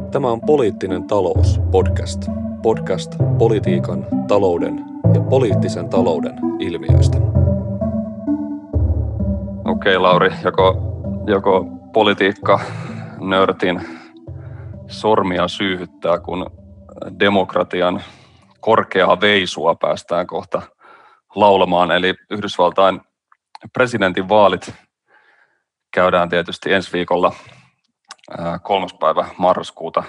Tämä on Poliittinen talous podcast. Podcast politiikan, talouden ja poliittisen talouden ilmiöistä. Okei, Lauri, joko politiikka nörtin sormia syyhyttää, kun demokratian korkeaa veisua päästään kohta laulamaan. Eli Yhdysvaltain presidentin vaalit käydään tietysti ensi viikolla 3. päivä marraskuuta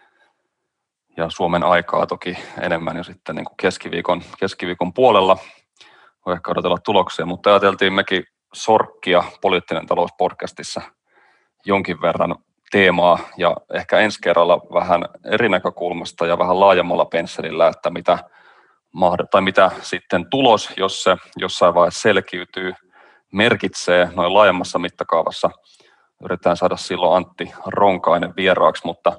ja Suomen aikaa toki enemmän jo sitten niin kuin keskiviikon puolella. Voi ehkä odotella tuloksia, mutta ajateltiin mekin sorkkia Poliittinen talous podcastissa jonkin verran teemaa ja ehkä ensi kerralla vähän eri näkökulmasta ja vähän laajemmalla pensselillä, että mitä sitten tulos, jos se jossain vaiheessa selkiytyy, merkitsee noin laajemmassa mittakaavassa. Yritetään saada silloin Antti Ronkainen vieraaksi, mutta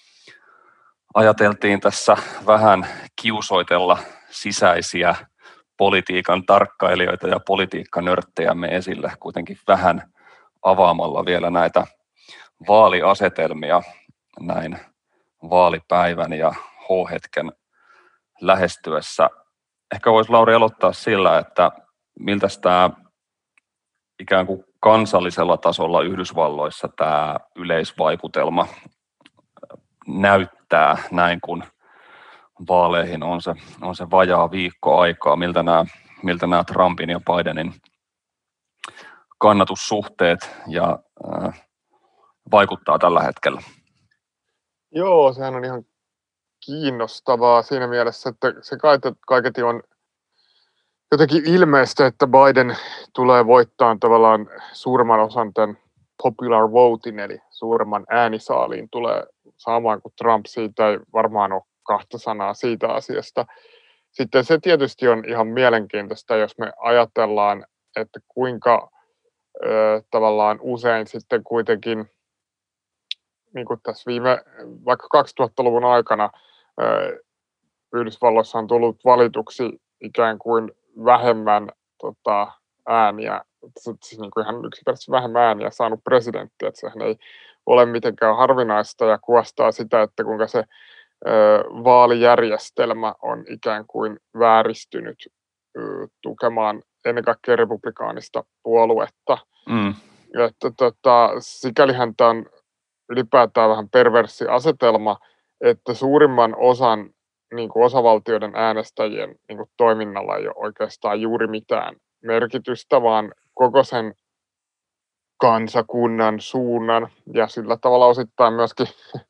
ajateltiin tässä vähän kiusoitella sisäisiä politiikan tarkkailijoita ja politiikkanörttejämme esille kuitenkin vähän avaamalla vielä näitä vaaliasetelmia näin vaalipäivän ja H-hetken lähestyessä. Ehkä voisi Lauri aloittaa sillä, että miltä tämä ikään kuin kansallisella tasolla Yhdysvalloissa tämä yleisvaikutelma näyttää näin, kun vaaleihin on se vajaa viikko aikaa, miltä nämä Trumpin ja Bidenin kannatussuhteet ja vaikuttaa tällä hetkellä. Joo, sehän on ihan kiinnostavaa siinä mielessä, että se kaiketi on jotenkin ilmeistä, että Biden tulee voittamaan tavallaan suurimman osan tämän popular votein, eli suuremman äänisaaliin tulee saamaan kuin Trump. Siitä ei varmaan ole kahta sanaa siitä asiasta. Sitten se tietysti on ihan mielenkiintoista, jos me ajatellaan, että kuinka tavallaan usein sitten kuitenkin, niin kuin tässä vaikka 2000-luvun aikana Yhdysvalloissa on tullut valituksi ikään kuin vähemmän ääniä, siis niin kuin ihan yksinkertaisesti vähemmän ääniä saanut presidentti, että sehän ei ole mitenkään harvinaista ja kuvastaa sitä, että kuinka se vaalijärjestelmä on ikään kuin vääristynyt tukemaan ennen kaikkea republikaanista puoluetta. Että sikälihän tämä on ylipäätään vähän perverssi asetelma, että suurimman osan niin kuin osavaltioiden äänestäjien niin kuin toiminnalla ei ole oikeastaan juuri mitään merkitystä, vaan koko sen kansakunnan suunnan ja sillä tavalla osittain myöskin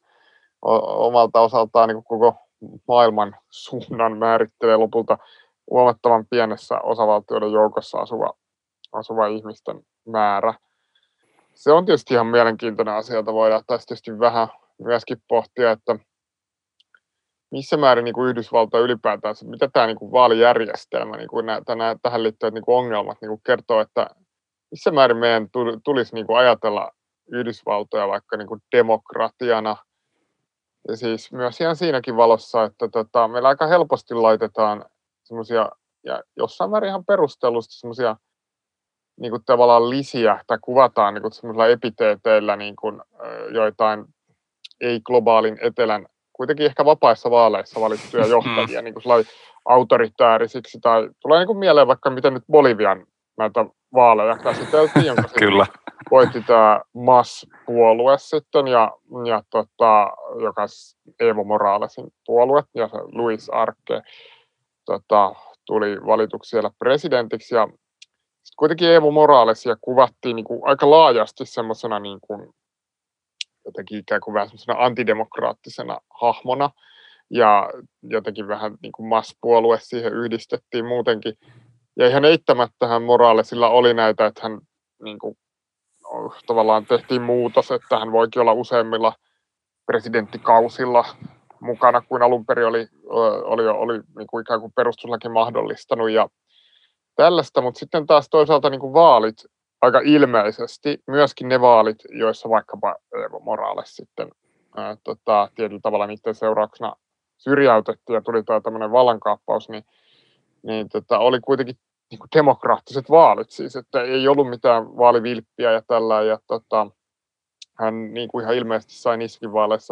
omalta osaltaan niin kuin koko maailman suunnan määrittelee lopulta huomattavan pienessä osavaltioiden joukossa asuva ihmisten määrä. Se on tietysti ihan mielenkiintoinen asia, jota voidaan tietysti vähän myöskin pohtia, että missä määrin niin kuin Yhdysvaltain ylipäätään, mitä tämä niin kuin vaalijärjestelmä, niin kuin tähän liittyvät niin kuin ongelmat niin kuin kertoo, että missä määrin meidän tulisi niin kuin ajatella Yhdysvaltoja vaikka niin kuin demokratiana. Ja siis myös ihan siinäkin valossa, että meillä aika helposti laitetaan semmoisia, ja jossain määrin ihan perustellusti semmoisia niin kuin tavallaan lisiä, tai kuvataan niin kuin semmoisilla epiteeteillä niin kuin joitain ei-globaalin etelän, kuitenkin ehkä vapaissa vaaleissa valittuja johtajia niin kuin autoritäärisiksi, tai tulee niin kuin mieleen vaikka miten nyt Bolivian näitä vaaleja käsiteltiin, jonka Kyllä. voitti tämä MAS-puolue sitten, joka Evo Moralesin puolue, ja se Luis Arce tuli valituksi siellä presidentiksi, ja sitten kuitenkin Evo Moralesia kuvattiin niin kuin aika laajasti semmoisena niin kuin jotenkin ikään kuin vähän semmoisena antidemokraattisena hahmona, ja jotenkin vähän niin kuin MAS-puolue siihen yhdistettiin muutenkin. Ja ihan eittämättähän Moralesilla oli näitä, että hän niin kuin, tavallaan tehtiin muutos, että hän voikin olla useimmilla presidenttikausilla mukana, kuin alun perin oli niin kuin ikään kuin perustuslaki mahdollistanut ja tällaista, mutta sitten taas toisaalta niin kuin vaalit aika ilmeisesti, myöskin ne vaalit, joissa vaikkapa Evo Morales sitten tietyllä tavalla niiden seurauksena syrjäytettiin ja tuli tämmöinen vallankaappaus, niin oli kuitenkin niin kuin demokraattiset vaalit siis, että ei ollut mitään vaalivilppiä ja tällä, ja hän niin kuin ihan ilmeisesti sai niissäkin vaaleissa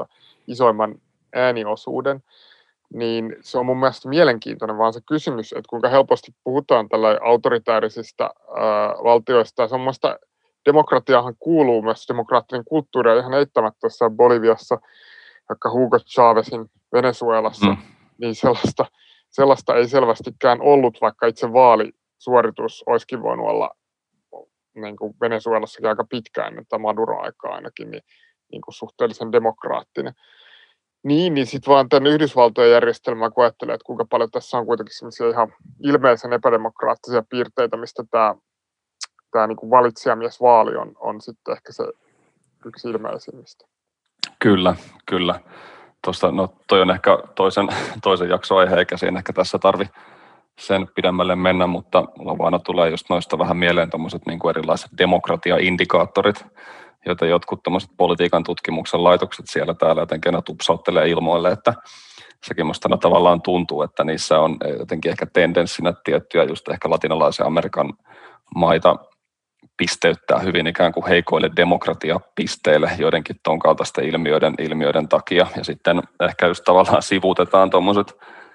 isoimman ääniosuuden, niin se on mun mielestä mielenkiintoinen vaan se kysymys, että kuinka helposti puhutaan tällä autoritäärisistä valtioista ja semmoista demokratiahan kuuluu myös demokraattinen kulttuuri ja ihan eittämättä tässä Boliviassa, vaikka Hugo Chávezin Venezuelassa, niin sellaista ei selvästikään ollut, vaikka itse vaalisuoritus olisikin voinut olla niin kuin Venezuelassakin aika pitkään, että Maduro-aikaa ainakin, niin kuin suhteellisen demokraattinen. Niin sitten vaan tämän Yhdysvaltojen järjestelmää, kun ajattelee, että kuinka paljon tässä on kuitenkin sellaisia ihan ilmeisen epädemokraattisia piirteitä, mistä tämä niin kuin valitsijamiesvaali on sitten ehkä se yksi ilmeisimmistä. Kyllä. Tuosta, toi on ehkä toisen jakson aihe, eikä siinä ehkä tässä tarvi sen pidemmälle mennä, mutta mulla tulee just noista vähän mieleen tommoset niin kuin erilaiset demokratia-indikaattorit, joita jotkut tommoset politiikan tutkimuksen laitokset siellä täällä jotenkin aina tupsauttelee ilmoille, että sekin musta tavallaan tuntuu, että niissä on jotenkin ehkä tendenssinä tiettyjä just ehkä latinalaisen Amerikan maita pisteyttää hyvin ikään kuin heikoille demokratiapisteille joidenkin ton kaltaisten ilmiöiden takia. Ja sitten ehkä just tavallaan sivuutetaan tuommoiset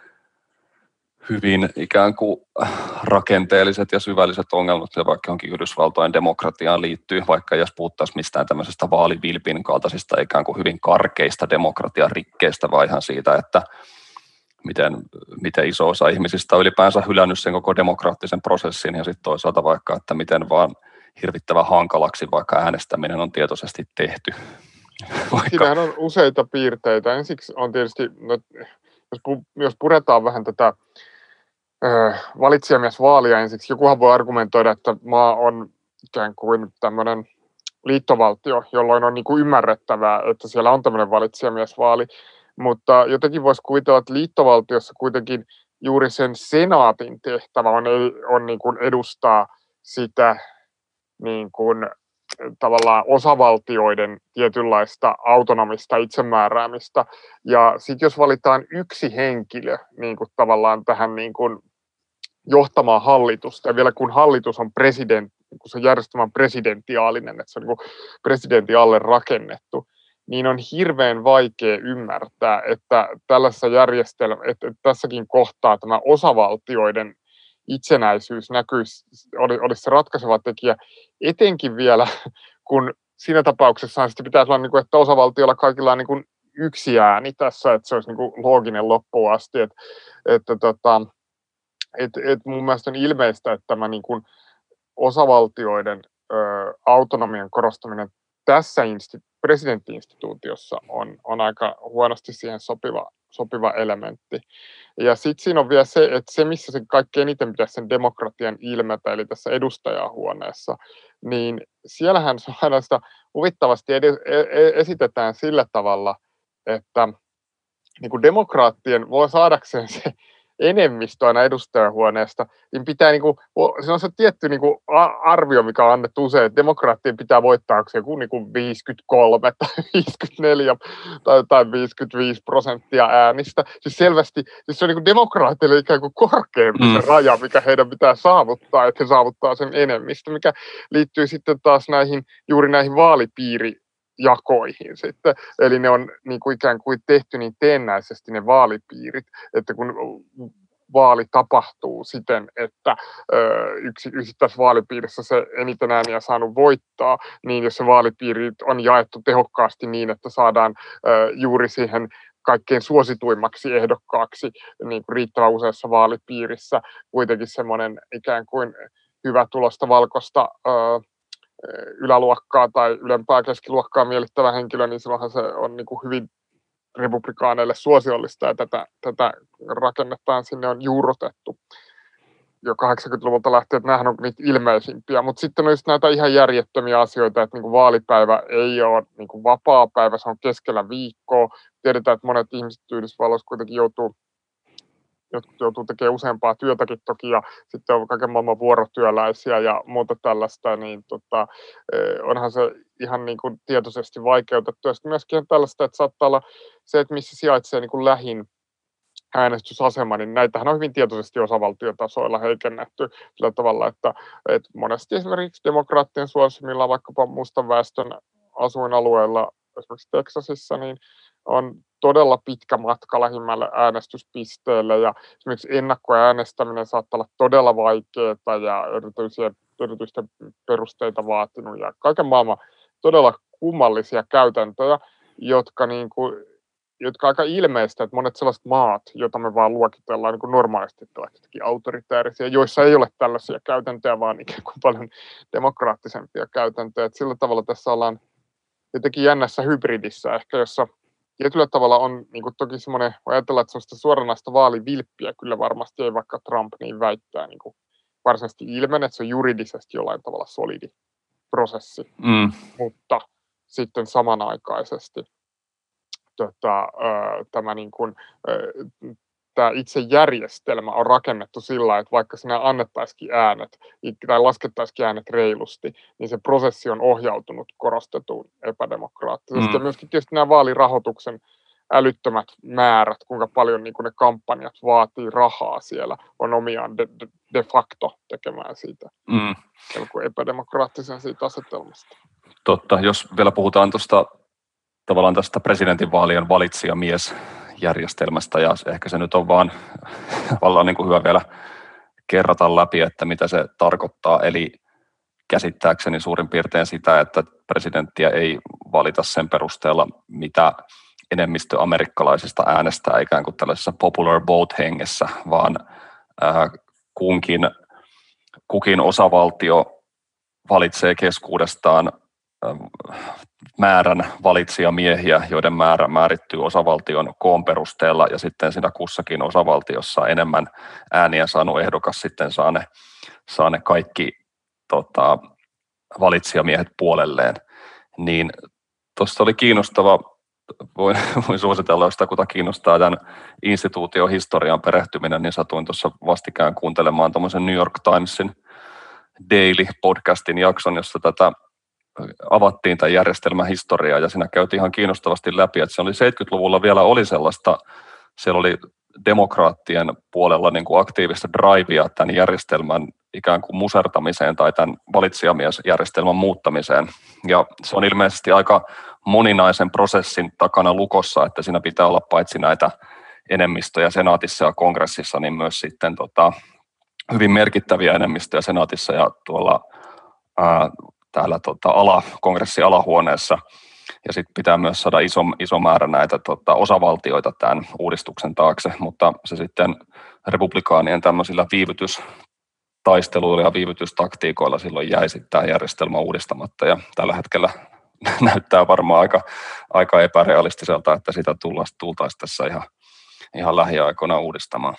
hyvin ikään kuin rakenteelliset ja syvälliset ongelmat, ja vaikka johonkin Yhdysvaltojen demokratiaan liittyy, vaikka jos puhuttaisiin mistään tämmöisestä vaalivilpin kaltaisista ikään kuin hyvin karkeista demokratiarikkeistä, vaan ihan siitä, että miten iso osa ihmisistä on ylipäänsä hylännyt sen koko demokraattisen prosessin, ja sitten toisaalta vaikka, että miten vaan hirvittävän hankalaksi vaikka äänestäminen on tietoisesti tehty. Siinähän on useita piirteitä. Ensiksi on tietysti, jos puretaan vähän tätä valitsijamiesvaalia ensiksi, jokuhan voi argumentoida, että maa on ikään kuin tämmöinen liittovaltio, jolloin on niin kuin ymmärrettävää, että siellä on tämmöinen valitsijamiesvaali, mutta jotenkin voisi kuvitella, että liittovaltiossa kuitenkin juuri sen senaatin tehtävä on niin kuin edustaa sitä niin kuin tavallaan osavaltioiden tietynlaista autonomista itsemääräämistä. Ja sitten jos valitaan yksi henkilö niin kuin tavallaan tähän niin kuin johtamaan hallitusta, ja vielä kun hallitus on kun se järjestelmä on presidentiaalinen, että se on niin kuin presidentin alle rakennettu, niin on hirveän vaikea ymmärtää, että tällaisessa järjestelmässä, että tässäkin kohtaa tämä osavaltioiden itsenäisyys olisi se ratkaiseva tekijä, etenkin vielä, kun siinä tapauksessa sitten pitäisi olla, että osavaltiolla kaikilla on yksi ääni tässä, että se olisi looginen loppuun asti, että mun mielestä on ilmeistä, että tämä osavaltioiden autonomian korostaminen tässä presidenttiinstituutiossa on aika huonosti siihen sopiva elementti. Ja sitten siinä on vielä se, että se, missä se kaikkein eniten pitäisi sen demokratian ilmetä, eli tässä edustajahuoneessa, niin siellähän se aina sitä huvittavasti esitetään sillä tavalla, että niin kuin demokraattien voi saadakseen se enemmistö aina edustajahuoneesta, niin pitää se on se tietty arvio, mikä on annettu usein, että demokraattien pitää voittaa joku 53 tai 54 tai 55% äänistä. Siis selvästi, se on demokraattille ikään kuin korkeampi se raja, mikä heidän pitää saavuttaa, että he saavuttaa sen enemmistö, mikä liittyy sitten taas juuri näihin vaalipiirijakoihin sitten. Eli ne on ikään kuin tehty niin teennäisesti ne vaalipiirit, että kun vaali tapahtuu siten, että yksittäisessä vaalipiirissä se eniten ääniä saanut voittaa, niin jos se vaalipiiri on jaettu tehokkaasti niin, että saadaan juuri siihen kaikkein suosituimmaksi ehdokkaaksi niin kuin riittävän useassa vaalipiirissä kuitenkin semmoinen ikään kuin hyvä tulosta valkoista yläluokkaa tai ylempää keskiluokkaa miellyttävä henkilö, niin silloinhan se on niin kuin hyvin republikaaneille suosiollista, ja tätä rakennettaan sinne on juurrutettu jo 80-luvulta lähtien, että nämähän on niitä ilmeisimpiä, mutta sitten on just näitä ihan järjettömiä asioita, että niin kuin vaalipäivä ei ole niin kuin vapaa päivä, se on keskellä viikkoa. Tiedetään, että monet ihmiset Yhdysvalloissa kuitenkin joutuu tekemään useampaa työtäkin toki, ja sitten on kaiken maailman vuorotyöläisiä ja muuta tällaista, niin onhan se ihan niin kuin tietoisesti vaikeutettu. Ja sitten myöskin tällaista, että saattaa olla se, että missä sijaitsee niin kuin lähin äänestysasema, niin näitähän on hyvin tietoisesti osavaltiotasoilla heikennetty sillä tavalla, että monesti esimerkiksi demokraattien suosimilla vaikkapa mustan väestön asuinalueilla, esimerkiksi Teksasissa, niin on todella pitkä matka lähimmälle äänestyspisteelle ja esimerkiksi ennakkoäänestäminen saattaa olla todella vaikeaa ja erityisten perusteita vaatinut ja kaiken maailman todella kummallisia käytäntöjä, jotka aika ilmeistä, että monet sellaiset maat, joita me vaan luokitellaan niin kuin normaalisti jotenkin autoritäärisiä, joissa ei ole tällaisia käytäntöjä, vaan ikään kuin paljon demokraattisempia käytäntöjä. Että sillä tavalla tässä ollaan jotenkin jännässä hybridissä ehkä, jossa tietyllä tavalla on niin kuin toki semmoinen, ajatellaan, että semmoista suoranaista vaalivilppiä kyllä varmasti ei vaikka Trump niin väittää niin kuin varsinaisesti ilmene, että se on juridisesti jollain tavalla solidi prosessi, mutta sitten samanaikaisesti tämä itse järjestelmä on rakennettu sillä, että vaikka sinä annettaisikin äänet tai laskettaisikin äänet reilusti, niin se prosessi on ohjautunut korostetun epädemokraattisesti. Ja myöskin tietysti nämä vaalirahoituksen älyttömät määrät, kuinka paljon niin kuin ne kampanjat vaatii rahaa siellä, on omiaan de facto tekemään siitä epädemokraattisen siitä asetelmasta. Totta, jos vielä puhutaan tuosta tavallaan tästä presidentinvaalien valitsijamiesjärjestelmästä, ja ehkä se nyt on vaan niin kuin hyvä vielä kerrata läpi, että mitä se tarkoittaa. Eli käsittääkseni suurin piirtein sitä, että presidenttiä ei valita sen perusteella, mitä enemmistö amerikkalaisista äänestää ikään kuin tällaisessa popular vote-hengessä, vaan kukin osavaltio valitsee keskuudestaan määrän valitsijamiehiä, joiden määrä määrittyy osavaltion koon perusteella, ja sitten siinä kussakin osavaltiossa enemmän ääniä saanut ehdokas sitten saa ne kaikki valitsijamiehet puolelleen. Niin tuossa oli kiinnostava, voin suositella, jos sitä kiinnostaa tämän instituution historian perehtyminen, niin satuin tuossa vastikään kuuntelemaan tuommoisen New York Timesin Daily-podcastin jakson, jossa tätä avattiin tämän järjestelmän historiaa, ja siinä käytiin ihan kiinnostavasti läpi, että se oli 70-luvulla vielä oli sellaista, siellä oli demokraattien puolella niin kuin aktiivista drivea tämän järjestelmän ikään kuin musertamiseen tai tämän valitsijamiesjärjestelmän muuttamiseen, ja se on ilmeisesti aika moninaisen prosessin takana lukossa, että siinä pitää olla paitsi näitä enemmistöjä senaatissa ja kongressissa, niin myös sitten hyvin merkittäviä enemmistöjä senaatissa ja tuolla täällä kongressin alahuoneessa, ja sitten pitää myös saada iso määrä näitä osavaltioita tämän uudistuksen taakse, mutta se sitten republikaanien tämmöisillä viivytystaisteluilla ja viivytystaktiikoilla silloin jäi sitten tämä järjestelmä uudistamatta, ja tällä hetkellä näyttää varmaan aika epärealistiselta, että sitä tultaisiin tässä ihan lähiaikoina uudistamaan.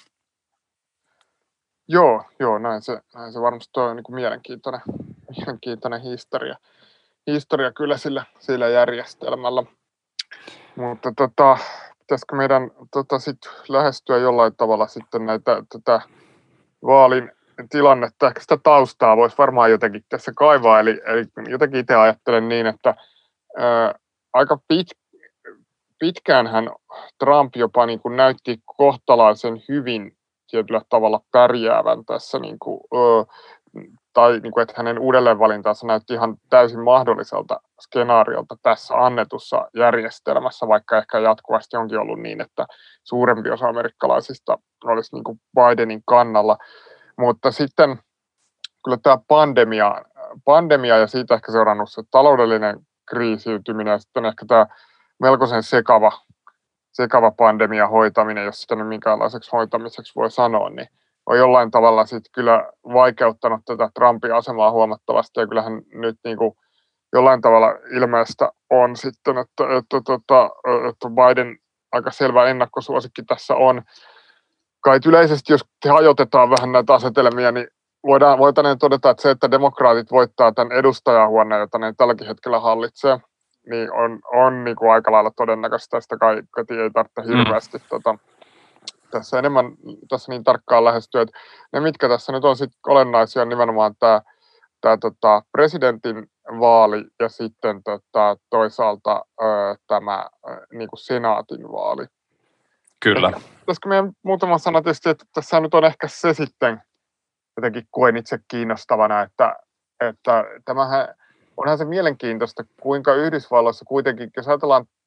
Joo, näin se varmasti on niin kuin mielenkiintoinen historia kyllä sillä järjestelmällä. Mutta pitäisikö meidän sit lähestyä jollain tavalla sitten tätä vaalin tilannetta, ehkä sitä taustaa voisi varmaan jotenkin tässä kaivaa, eli jotenkin itse ajattelen niin, että aika pitkäänhän Trump jopa niin kuin näytti kohtalaisen hyvin tietyllä tavalla pärjäävän tässä, tai että hänen uudelleenvalintansa näytti ihan täysin mahdolliselta skenaariolta tässä annetussa järjestelmässä, vaikka ehkä jatkuvasti onkin ollut niin, että suurempi osa amerikkalaisista olisi niin kuin Bidenin kannalla. Mutta sitten kyllä tämä pandemia ja siitä ehkä seurannut se taloudellinen kriisiytyminen ja sitten ehkä tämä melkoisen sekava pandemian hoitaminen, jos sitä nyt minkäänlaiseksi hoitamiseksi voi sanoa, niin on jollain tavalla sitten kyllä vaikeuttanut tätä Trumpin asemaa huomattavasti, ja kyllähän nyt niin kuin jollain tavalla ilmeistä on sitten, että Biden aika selvä ennakkosuosikki tässä on. Kai yleisesti, jos hajotetaan vähän näitä asetelmia, niin voitaneen todeta, että se, että demokraatit voittaa tämän edustajahuoneen, jota ne tälläkin hetkellä hallitsee, niin on niin kuin aika lailla todennäköistä, sitä kai ei tarvitse hirveästi tässä enemmän tässä niin tarkkaan lähestyä. Että ne, mitkä tässä nyt on sitten olennaisia, on nimenomaan tämä presidentin vaali ja sitten toisaalta tämä niin kuin senaatin vaali. Kyllä. Pitäisikö meidän muutama sana tietysti, että tässä nyt on ehkä se sitten, jotenkin koen itse kiinnostavana, että tämähän onhan se mielenkiintoista, kuinka Yhdysvalloissa kuitenkin, jos ajatellaan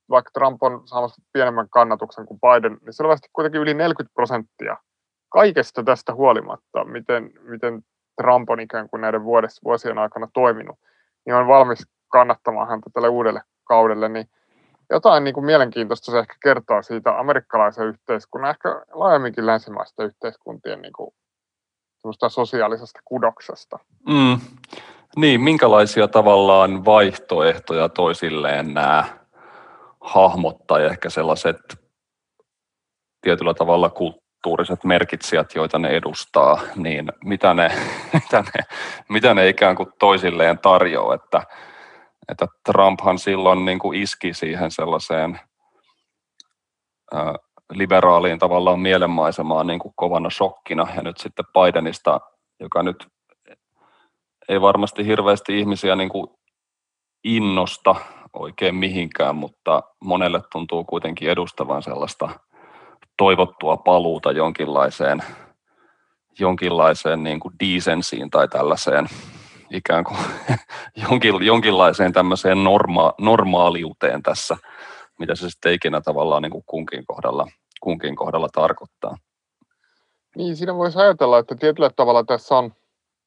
vaikka Trump on saamassa pienemmän kannatuksen kuin Biden, niin selvästi kuitenkin yli 40% kaikesta tästä huolimatta, miten Trump on ikään kuin näiden vuosien aikana toiminut, niin on valmis kannattamaan häntä tälle uudelle kaudelle, niin jotain niin kuin mielenkiintoista se ehkä kertoo siitä amerikkalaisen yhteiskunnan, ehkä laajemminkin länsimaisten yhteiskuntien niin kuin sosiaalisesta kudoksesta. Niin, minkälaisia tavallaan vaihtoehtoja toisilleen nämä hahmot tai ehkä sellaiset tietyllä tavalla kulttuuriset merkitsijät, joita ne edustaa, niin mitä ne ikään kuin toisilleen tarjoaa, että Trumphan silloin niin kuin iski siihen sellaiseen liberaaliin tavallaan mielenmaisemaan niin kuin kovana shokkina, ja nyt sitten Bidenista, joka nyt ei varmasti hirveästi ihmisiä niin kuin innosta oikein mihinkään, mutta monelle tuntuu kuitenkin edustavan sellaista toivottua paluuta jonkinlaiseen niin kuin decencyyn tai tällaiseen ikään kuin jonkinlaiseen tämmöiseen normaaliuteen tässä, mitä se sitten ikinä tavallaan niin kuin kunkin kohdalla tarkoittaa. Niin, siinä voisi ajatella, että tietyllä tavalla tässä on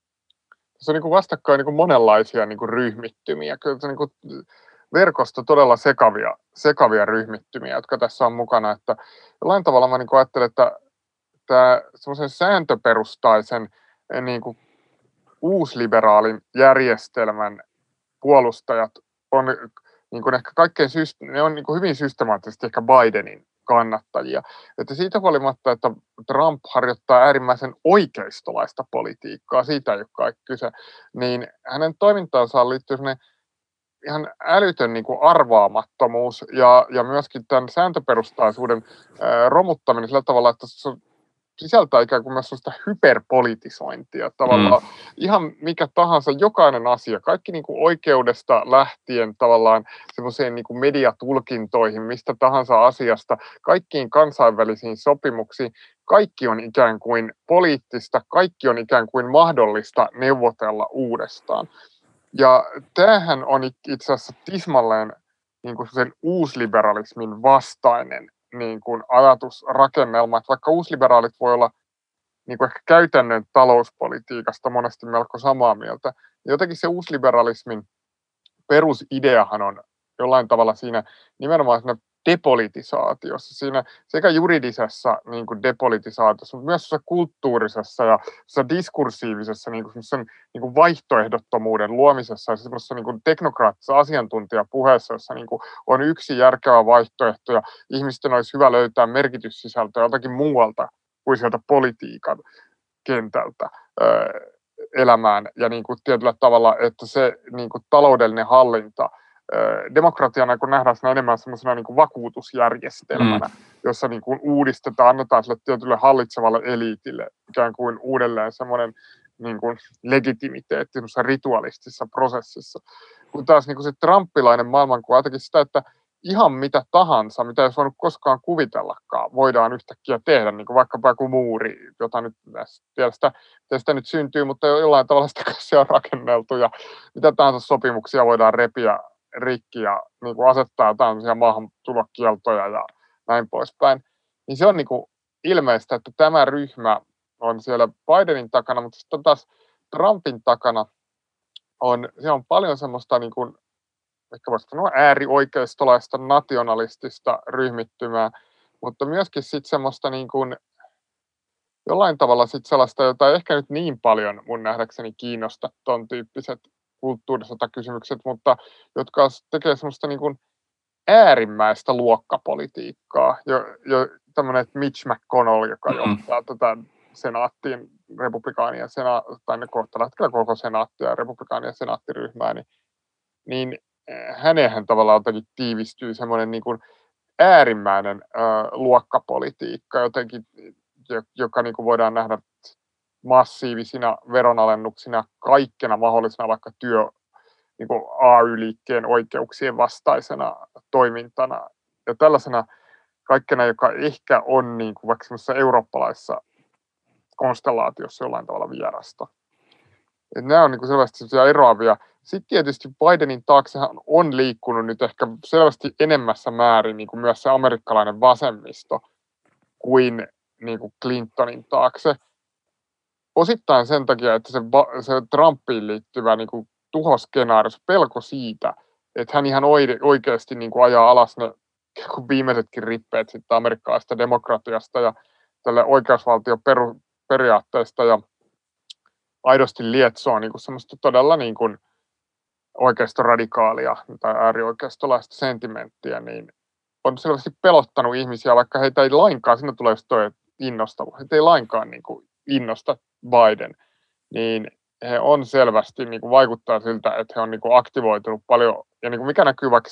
niin kuin vastakkain niin kuin monenlaisia niin kuin ryhmittymiä. Kyllä se niin kuin verkosto todella sekavia ryhmittymiä, jotka tässä on mukana. Että jollain tavalla mä niin kuin ajattelen, että tämä semmoisen sääntöperustaisen niin kuin uusliberaalin järjestelmän puolustajat on niin kuin ehkä ne on niin kuin hyvin systemaattisesti ehkä Bidenin kannattajia. Että siitä huolimatta, että Trump harjoittaa äärimmäisen oikeistolaista politiikkaa, siitä ei ole kai kyse, niin hänen toimintaansa liittyy ihan älytön niin kuin arvaamattomuus ja myöskin tämän sääntöperustaisuuden romuttaminen sillä tavalla, että se sisältää ikään kuin myös sellaista hyperpolitisointia tavallaan. Ihan mikä tahansa, jokainen asia, kaikki niin kuin oikeudesta lähtien tavallaan semmoiseen niin kuin mediatulkintoihin, mistä tahansa asiasta, kaikkiin kansainvälisiin sopimuksiin, kaikki on ikään kuin poliittista, kaikki on ikään kuin mahdollista neuvotella uudestaan. Ja tämähän on itse asiassa tismalleen niin kuin sen uusliberalismin vastainen niin kuin ajatusrakennelma, että vaikka uusliberaalit voi olla niin kuin ehkä käytännön talouspolitiikasta monesti melko samaa mieltä, niin jotenkin se uusliberalismin perusideahan on jollain tavalla siinä nimenomaan siinä depolitisaatiossa, siinä sekä juridisessa niin kuin depolitisaatiossa, mutta myös kulttuurisessa ja diskursiivisessa niin kuin vaihtoehdottomuuden luomisessa ja semmoisessa niin kuin teknokraattisessa asiantuntijapuheessa, jossa niin kuin on yksi järkevä vaihtoehto ja ihmisten olisi hyvä löytää merkityssisältöä jotakin muualta kuin sieltä politiikan kentältä elämään ja niin kuin tietyllä tavalla, että se niin kuin taloudellinen hallinta demokratiana, kun nähdään siinä enemmän semmoisena niin kuin vakuutusjärjestelmänä, jossa niin kuin uudistetaan, annetaan sille tietylle hallitsevalle eliitille ikään kuin uudelleen semmoinen niin kuin legitimiteetti semmoisessa ritualistisessa prosessissa. Kun taas niin kuin se trumpilainen maailmankuva jotenkin sitä, että ihan mitä tahansa, mitä ei olisi voinut koskaan kuvitellakaan, voidaan yhtäkkiä tehdä, niin kuin vaikkapa joku muuri, jota nyt sitä nyt syntyy, mutta jollain tavalla sitä se on rakenneltu ja mitä tahansa sopimuksia voidaan repiä rikki ja niin kuin asettaa tämmöisiä maahantulokieltoja ja näin poispäin. Niin se on niin kuin ilmeistä, että tämä ryhmä on siellä Bidenin takana, mutta sitten taas Trumpin takana siellä on paljon semmoista niin kuin, ehkä voisi sanoa äärioikeistolaista nationalistista ryhmittymää, mutta myöskin sitten semmoista niin kuin, jollain tavalla sitten sellaista, jota ei ehkä nyt niin paljon mun nähdäkseni kiinnosta ton tyyppiset kulttuurisotakysymykset, mutta jotka tekee semmoista niin kuin äärimmäistä luokkapolitiikkaa. Jo tämmöinen Mitch McConnell, joka johtaa tätä senaattiin republikaanien tai ne kohta hetkellä koko senaattia ja republikaanien senaattiryhmää, niin hänenhän tavallaan jotenkin tiivistyy semmoinen niin kuin äärimmäinen luokkapolitiikka jotenkin, joka niin kuin voidaan nähdä massiivisina veronalennuksina, kaikkena mahdollisena vaikka niin kuin AY-liikkeen oikeuksien vastaisena toimintana ja tällaisena kaikkena, joka ehkä on niin kuin vaikka semmoisessa eurooppalaisessa konstellaatiossa jollain tavalla vierasta. Et nämä on niin kuin selvästi eroavia. sitten tietysti Bidenin taaksehan on liikkunut nyt ehkä selvästi enemmässä määrin niin kuin myös se amerikkalainen vasemmisto kuin, niin kuin Clintonin taakse. Osittain sen takia, että se Trumpiin liittyvä niin kuin tuhoskenaario, pelko siitä, että hän ihan oikeasti niin kuin ajaa alas ne viimeisetkin rippeet sitten amerikkalaisesta demokratiasta ja tälle oikeusvaltioperiaatteesta ja aidosti lietsoo niin kuin semmoista todella niin kuin oikeistoradikaalia tai äärioikeistolaista sentimenttiä, niin on selvästi pelottanut ihmisiä, vaikka heitä ei lainkaan, siinä tulee just toi innostavuus, heitä ei lainkaan niin kuin innosta Biden, niin he on selvästi, niin kuin vaikuttaa siltä, että he on niin kuin aktivoitunut paljon, ja niin kuin mikä näkyy vaikka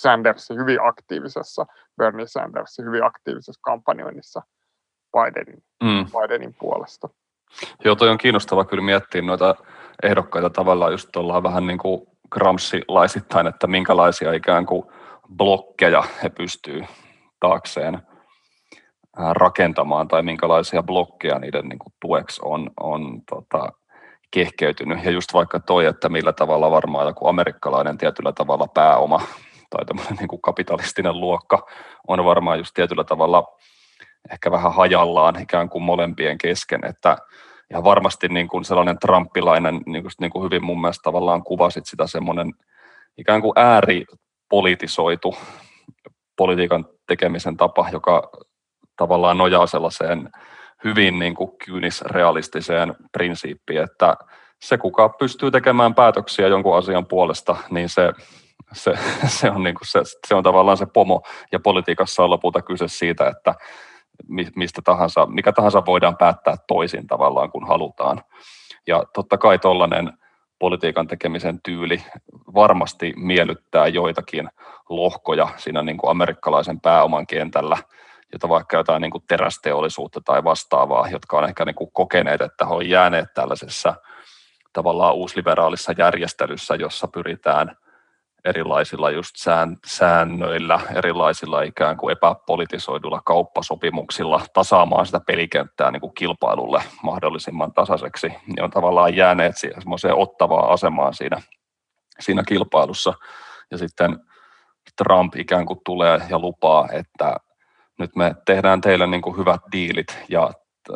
Bernie Sandersin hyvin aktiivisessa kampanjoinnissa Bidenin puolesta. Joo, toi on kiinnostava kyllä miettiä noita ehdokkaita tavallaan just ollaan vähän niin kuin Gramsci-laisittain, että minkälaisia ikään kuin blokkeja he pystyy taakseen rakentamaan tai minkälaisia blokkeja niiden niin kuin tueksi on kehkeytynyt. Ja just vaikka toi, että millä tavalla varmaan joku amerikkalainen tietyllä tavalla pääoma tai tämmöinen niin kuin kapitalistinen luokka on varmaan just tietyllä tavalla ehkä vähän hajallaan ikään kuin molempien kesken, että ja varmasti niin kuin sellainen trumpilainen, niin kuin hyvin mun mielestä tavallaan kuvasit sitä semmoinen ikään kuin ääripolitisoitu politiikan tekemisen tapa, joka tavallaan nojaa sellaiseen hyvin niin kuin kyynisrealistiseen prinsiippiin, että se kuka pystyy tekemään päätöksiä jonkun asian puolesta, niin se on, niin kuin se on tavallaan se pomo, ja politiikassa on lopulta kyse siitä, että mikä tahansa voidaan päättää toisin tavallaan kuin halutaan. Ja totta kai tollainen politiikan tekemisen tyyli varmasti miellyttää joitakin lohkoja siinä niin kuin amerikkalaisen pääoman kentällä, jota vaikka jotain niin kuin terästeollisuutta tai vastaavaa, jotka on ehkä niin kuin kokeneet, että he on jääneet tällaisessa tavallaan uusliberaalissa järjestelyssä, jossa pyritään erilaisilla just säännöillä, erilaisilla ikään kuin epäpolitisoiduilla kauppasopimuksilla tasaamaan sitä pelikenttää niin kuin kilpailulle mahdollisimman tasaiseksi, niin on tavallaan jääneet semmoiseen ottavaan asemaan siinä kilpailussa. Ja sitten Trump ikään kuin tulee ja lupaa, että nyt me tehdään teille niin kuin hyvät diilit ja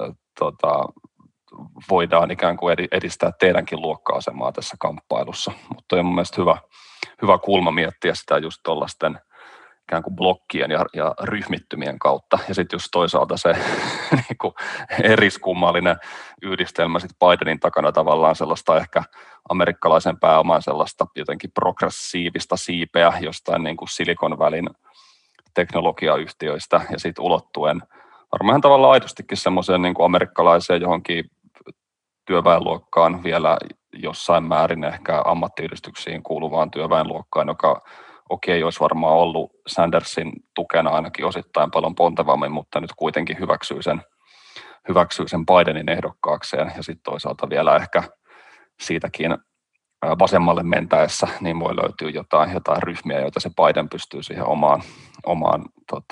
voidaan ikään kuin edistää teidänkin luokka-asemaa tässä kamppailussa. Mutta on mun mielestä hyvä kulma miettiä sitä just tuollaisten ikään kuin blokkien ja ryhmittymien kautta. Ja sitten just toisaalta se niin kuin eriskummallinen yhdistelmä sit Bidenin takana tavallaan sellaista ehkä amerikkalaisen pääoman sellaista jotenkin progressiivista siipeä jostain niin kuin Silicon Valleyn teknologiayhtiöistä ja sitten ulottuen varmaan tavallaan aidostikin semmoiseen niin kuin amerikkalaiseen johonkin työväenluokkaan vielä jossain määrin ehkä ammattiyhdistyksiin kuuluvaan työväenluokkaan, joka olisi varmaan ollut Sandersin tukena ainakin osittain paljon pontevammin, mutta nyt kuitenkin hyväksyy sen Bidenin ehdokkaakseen ja sitten toisaalta vielä ehkä siitäkin vasemmalle mentäessä niin voi löytyä jotain ryhmiä, joita se Biden pystyy siihen omaan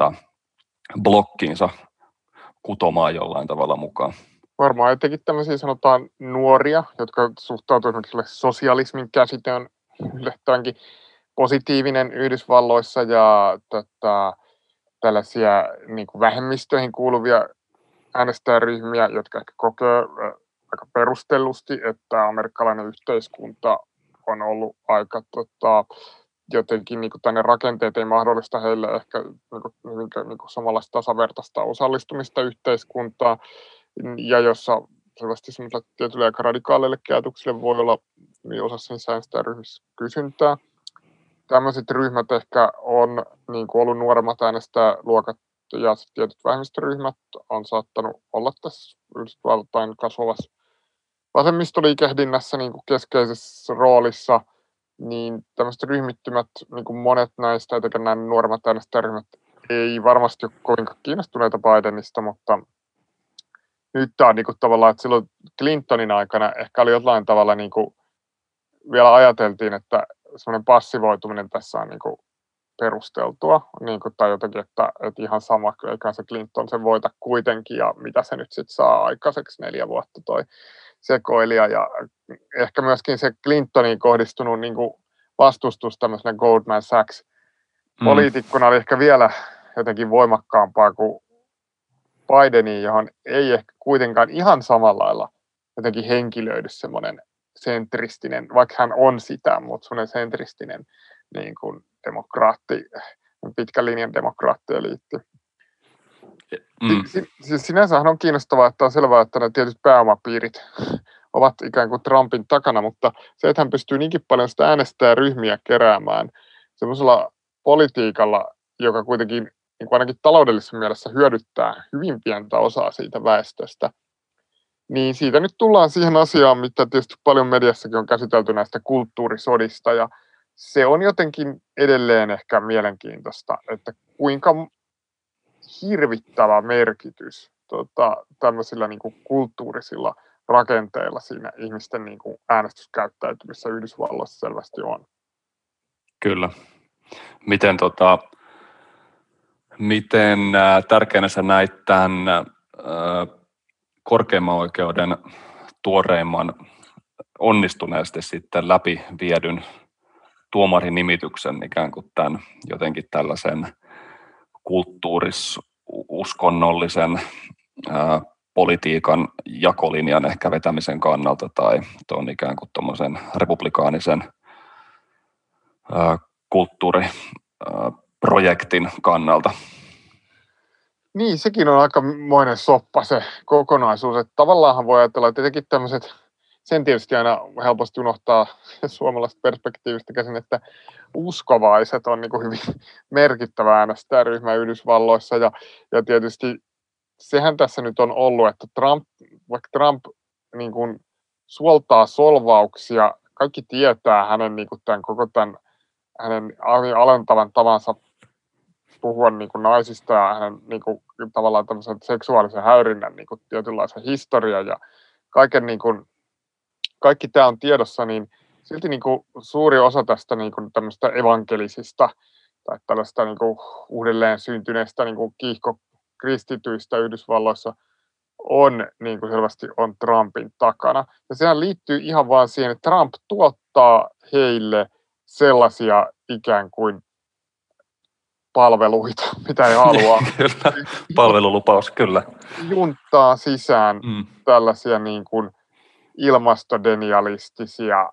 blokkiinsa kutomaan jollain tavalla mukaan. Varmaan etenkin tämmöisiä sanotaan nuoria, jotka suhtautuvat esimerkiksi sosialismin käsite on yllättävänkin positiivinen Yhdysvalloissa ja tällaisia niin kuin vähemmistöihin kuuluvia äänestäjäryhmiä, jotka ehkä kokee aika perustellusti, että amerikkalainen yhteiskunta on ollut aika jotenkin niin kuin tänne rakenteet ei mahdollista heille ehkä niin kuin samanlaista tasavertaista osallistumista yhteiskuntaan, ja jossa selvästi semmoiselle tietylle aika radikaaleille ajatuksille voi olla osassa niissä äänestäjäryhmissä kysyntää. Tämmöiset ryhmät ehkä on niin kuin ollut nuoremmat äänestäjäluokat ja tietyt vähemmistöryhmät on saattanut olla tässä Yhdysvaltain kasvavassa vasemmistoliikehdinnässä niin kuin keskeisessä roolissa, niin tämmöiset ryhmittymät, niin kuin monet näistä, etenkin nämä nuoremmat äänestäjäryhmät, ei varmasti ole kovinkaan kiinnostuneita Bidenista, mutta nyt tämä on niin kuin tavallaan, että silloin Clintonin aikana ehkä oli jollain tavalla niin kuin vielä ajateltiin, että semmoinen passivoituminen tässä on niin kuin perusteltua, niin kuin, tai jotenkin, että ihan sama, eikä se Clinton sen voita kuitenkin, ja mitä se nyt sitten saa aikaiseksi 4 vuotta toi sekoilija, ja ehkä myöskin se Clintoniin kohdistunut niin kuin vastustus tämmöisenä Goldman Sachs-poliitikkona oli ehkä vielä jotenkin voimakkaampaa kuin Bideniin, johon ei ehkä kuitenkaan ihan samalla lailla jotenkin henkilöidy semmoinen sentristinen, vaikka hän on sitä, mutta semmoinen sentristinen niin kuin pitkän linjan demokraattieliitti. Sinänsähän on kiinnostavaa, että on selvää, että ne tietyt pääomapiirit ovat ikään kuin Trumpin takana, mutta se, että hän pystyy niinkin paljon sitä äänestäjäryhmiä keräämään semmoisella politiikalla, joka kuitenkin niin kuin ainakin taloudellisessa mielessä hyödyttää hyvin pientä osaa siitä väestöstä, niin siitä nyt tullaan siihen asiaan, mitä tietysti paljon mediassakin on käsitelty näistä kulttuurisodista, ja se on jotenkin edelleen ehkä mielenkiintoista, että kuinka hirvittävä merkitys tämmöisillä niin kuin kulttuurisilla rakenteilla siinä ihmisten niin kuin äänestyskäyttäytymisessä Yhdysvalloissa selvästi on. Kyllä. Miten tärkeänä sä näit tämän korkeimman oikeuden tuoreimman onnistuneesti sitten läpi viedyn tuomarinimityksen ikään kuin tämän jotenkin tällaisen kulttuuris-uskonnollisen politiikan jakolinjan ehkä vetämisen kannalta tai tuon ikään kuin tuommoisen republikaanisen kulttuuriprojektin kannalta? Niin, sekin on aikamoinen soppa se kokonaisuus, että tavallaanhan voi ajatella, että tietenkin tämmöiset, sen tietysti aina helposti unohtaa suomalaisesta perspektiivistä käsin, että uskovaiset on niin kuin hyvin merkittävä äänestäjäryhmä Yhdysvalloissa ja tietysti sehän tässä nyt on ollut, että vaikka Trump niin kuin suoltaa solvauksia, kaikki tietää hänen, niin kuin hänen alentavan tavansa puhua niin kuin naisista ja hänen niin kuin, tavallaan tämmöisen seksuaalisen häirinnän niin kuin tietynlaisen historian ja kaiken niin kuin, kaikki tämä on tiedossa, niin silti niin kuin suuri osa tästä niin kuin tämmöistä evankelisista tai tällaista niin kuin uudelleen syntyneistä niin kuin kiihkokristityistä Yhdysvalloissa on niin kuin selvästi on Trumpin takana. Ja sehän liittyy ihan vaan siihen, että Trump tuottaa heille sellaisia ikään kuin palveluita, mitä he haluaa. Kyllä, palvelulupaus, kyllä. Junttaa sisään tällaisia niin kuin ilmastodenialistisia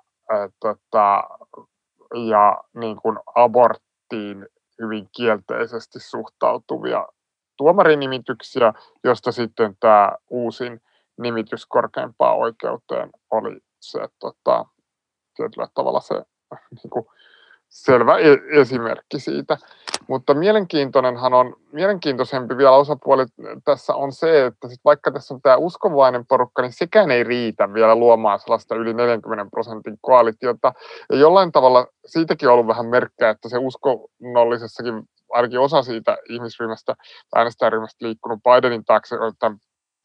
ja niin kuin aborttiin hyvin kielteisesti suhtautuvia tuomarinimityksiä, josta sitten tämä uusin nimitys korkeimpaan oikeuteen oli se tietyllä tavalla se niin kuin selvä esimerkki siitä. Mutta mielenkiintoisempi vielä osapuoli tässä on se, että sit vaikka tässä on tämä uskovainen porukka, niin sekään ei riitä vielä luomaan sellaista yli 40% koalitiota. Ja jollain tavalla siitäkin on ollut vähän merkkejä, että se uskonnollisessakin ainakin osa siitä ihmisryhmästä, äänestäjäryhmästä liikkunut Bidenin taakse tämän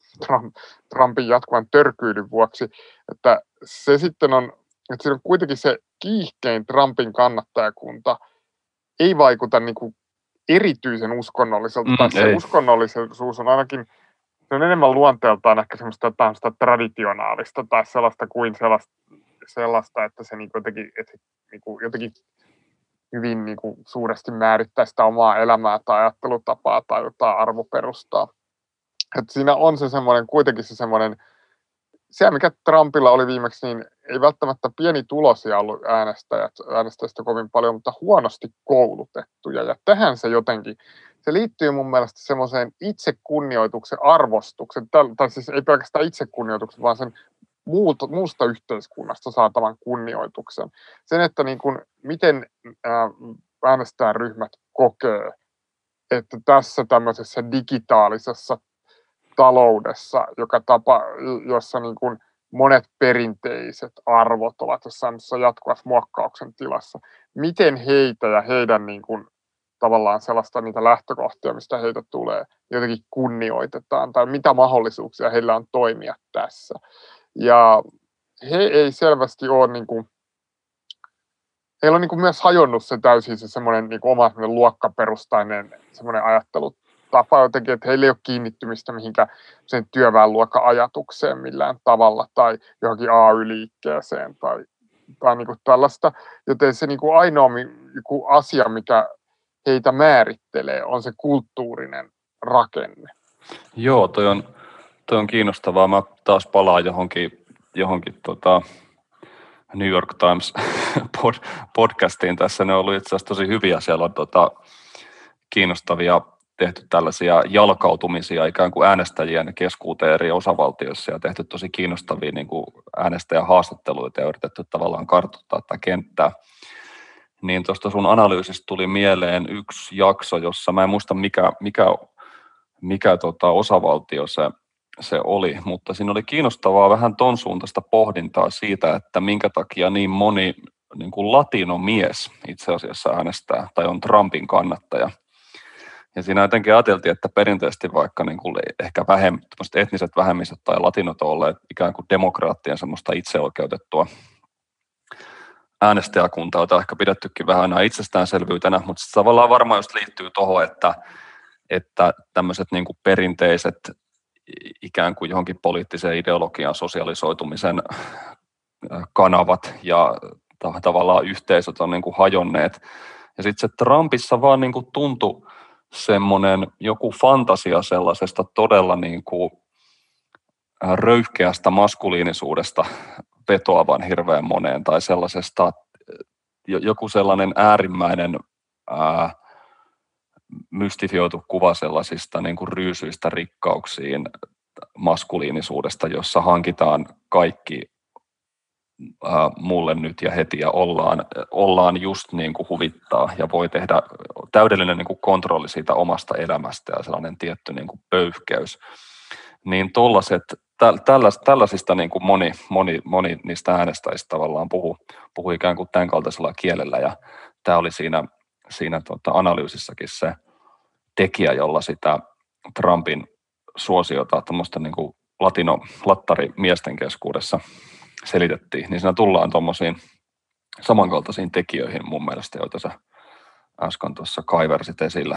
Trumpin jatkuvan törkyilyn vuoksi, että se sitten on, että siinä on kuitenkin se kiihkein Trumpin kannattajakunta ei vaikuta niin kuin erityisen uskonnolliselta, tai se uskonnollisuus on ainakin, se on enemmän luonteeltaan ehkä semmoista traditionaalista tai sellaista kuin sellaista että se jotenkin hyvin niin kuin suuresti määrittää sitä omaa elämää tai ajattelutapaa tai jotain arvoperustaa. Että siinä on se semmoinen, kuitenkin se semmoinen, se mikä Trumpilla oli viimeksi, niin ei välttämättä pienituloisia ollut äänestäjistä kovin paljon, mutta huonosti koulutettuja. Ja tähän se jotenkin, se liittyy mun mielestä semmoiseen itsekunnioituksen arvostuksen, tai siis ei pelkästään itsekunnioituksen, vaan sen muusta yhteiskunnasta saatavan kunnioituksen. Sen, että niin kuin, miten äänestäjäryhmät kokee, että tässä tämmöisessä digitaalisessa taloudessa, jossa niin kuin monet perinteiset arvot ovat jossain jatkuvassa muokkauksen tilassa, miten heitä ja heidän niin kuin, tavallaan sellaista niitä lähtökohtia, mistä heitä tulee, jotenkin kunnioitetaan, tai mitä mahdollisuuksia heillä on toimia tässä. Ja he ei selvästi ole, niin kuin, heillä on niin kuin myös hajonnut se täysin se semmoinen niin kuin oma luokkaperustainen semmoinen ajattelutapa jotenkin, että heillä ei ole kiinnittymistä mihinkään sen työväenluokka-ajatukseen millään tavalla tai johonkin AY-liikkeeseen tai tai niin kuin tällaista, joten se niin kuin ainoa joku asia, mikä heitä määrittelee, on se kulttuurinen rakenne. Joo, toi on kiinnostavaa. Mä taas palaan johonkin New York Times podcastiin tässä. Ne on ollut itse asiassa tosi hyviä. Siellä on kiinnostavia tehty tällaisia jalkautumisia ikään kuin äänestäjien keskuuteen eri osavaltioissa ja tehty tosi kiinnostavia niin kuin äänestäjähaastatteluita ja yritetty tavallaan kartoittaa tätä kenttää. Niin tuosta sun analyysistä tuli mieleen yksi jakso, jossa mä en muista mikä osavaltio se oli, mutta siinä oli kiinnostavaa vähän ton suuntaista pohdintaa siitä, että minkä takia niin moni niin kuin latinomies itse asiassa äänestää tai on Trumpin kannattaja. Ja siinä jotenkin ajateltiin, että perinteisesti vaikka niin kuin ehkä etniset vähemmistöt tai latinot on olleet ikään kuin demokraattien semmoista itseoikeutettua äänestäjäkuntaa, jota on ehkä pidettykin vähän aina itsestäänselvyytenä, mutta se tavallaan varmaan just liittyy tuohon, että tämmöiset niin kuin perinteiset ikään kuin johonkin poliittiseen ideologian sosialisoitumisen kanavat ja tavallaan yhteisöt on niin kuin hajonneet. Ja sitten se Trumpissa vaan niin kuin tuntui semmoinen joku fantasia sellaisesta todella niin kuin röyhkeästä maskuliinisuudesta vetoavan hirveän moneen tai sellaisesta joku sellainen äärimmäinen mystifioitu kuva sellaisista niin kuin ryysyistä rikkauksiin maskuliinisuudesta, jossa hankitaan kaikki mulle nyt ja heti ja ollaan just niin kuin huvittaa ja voi tehdä täydellinen niin kuin kontrolli siitä omasta elämästä ja sellainen tietty niin kuin pöyhkeys. Niin tällaisista niin kuin moni niistä äänestäjistä tavallaan puhuu ikään kuin tämän kaltaisella kielellä ja tämä oli siinä analyysissakin se tekijä, jolla sitä Trumpin suosiota tämmöistä niin kuin latino-lattarimiesten keskuudessa selitettiin, niin siinä tullaan tuommoisiin samankaltaisiin tekijöihin mun mielestä, joita sä äsken tuossa kaiversit esillä.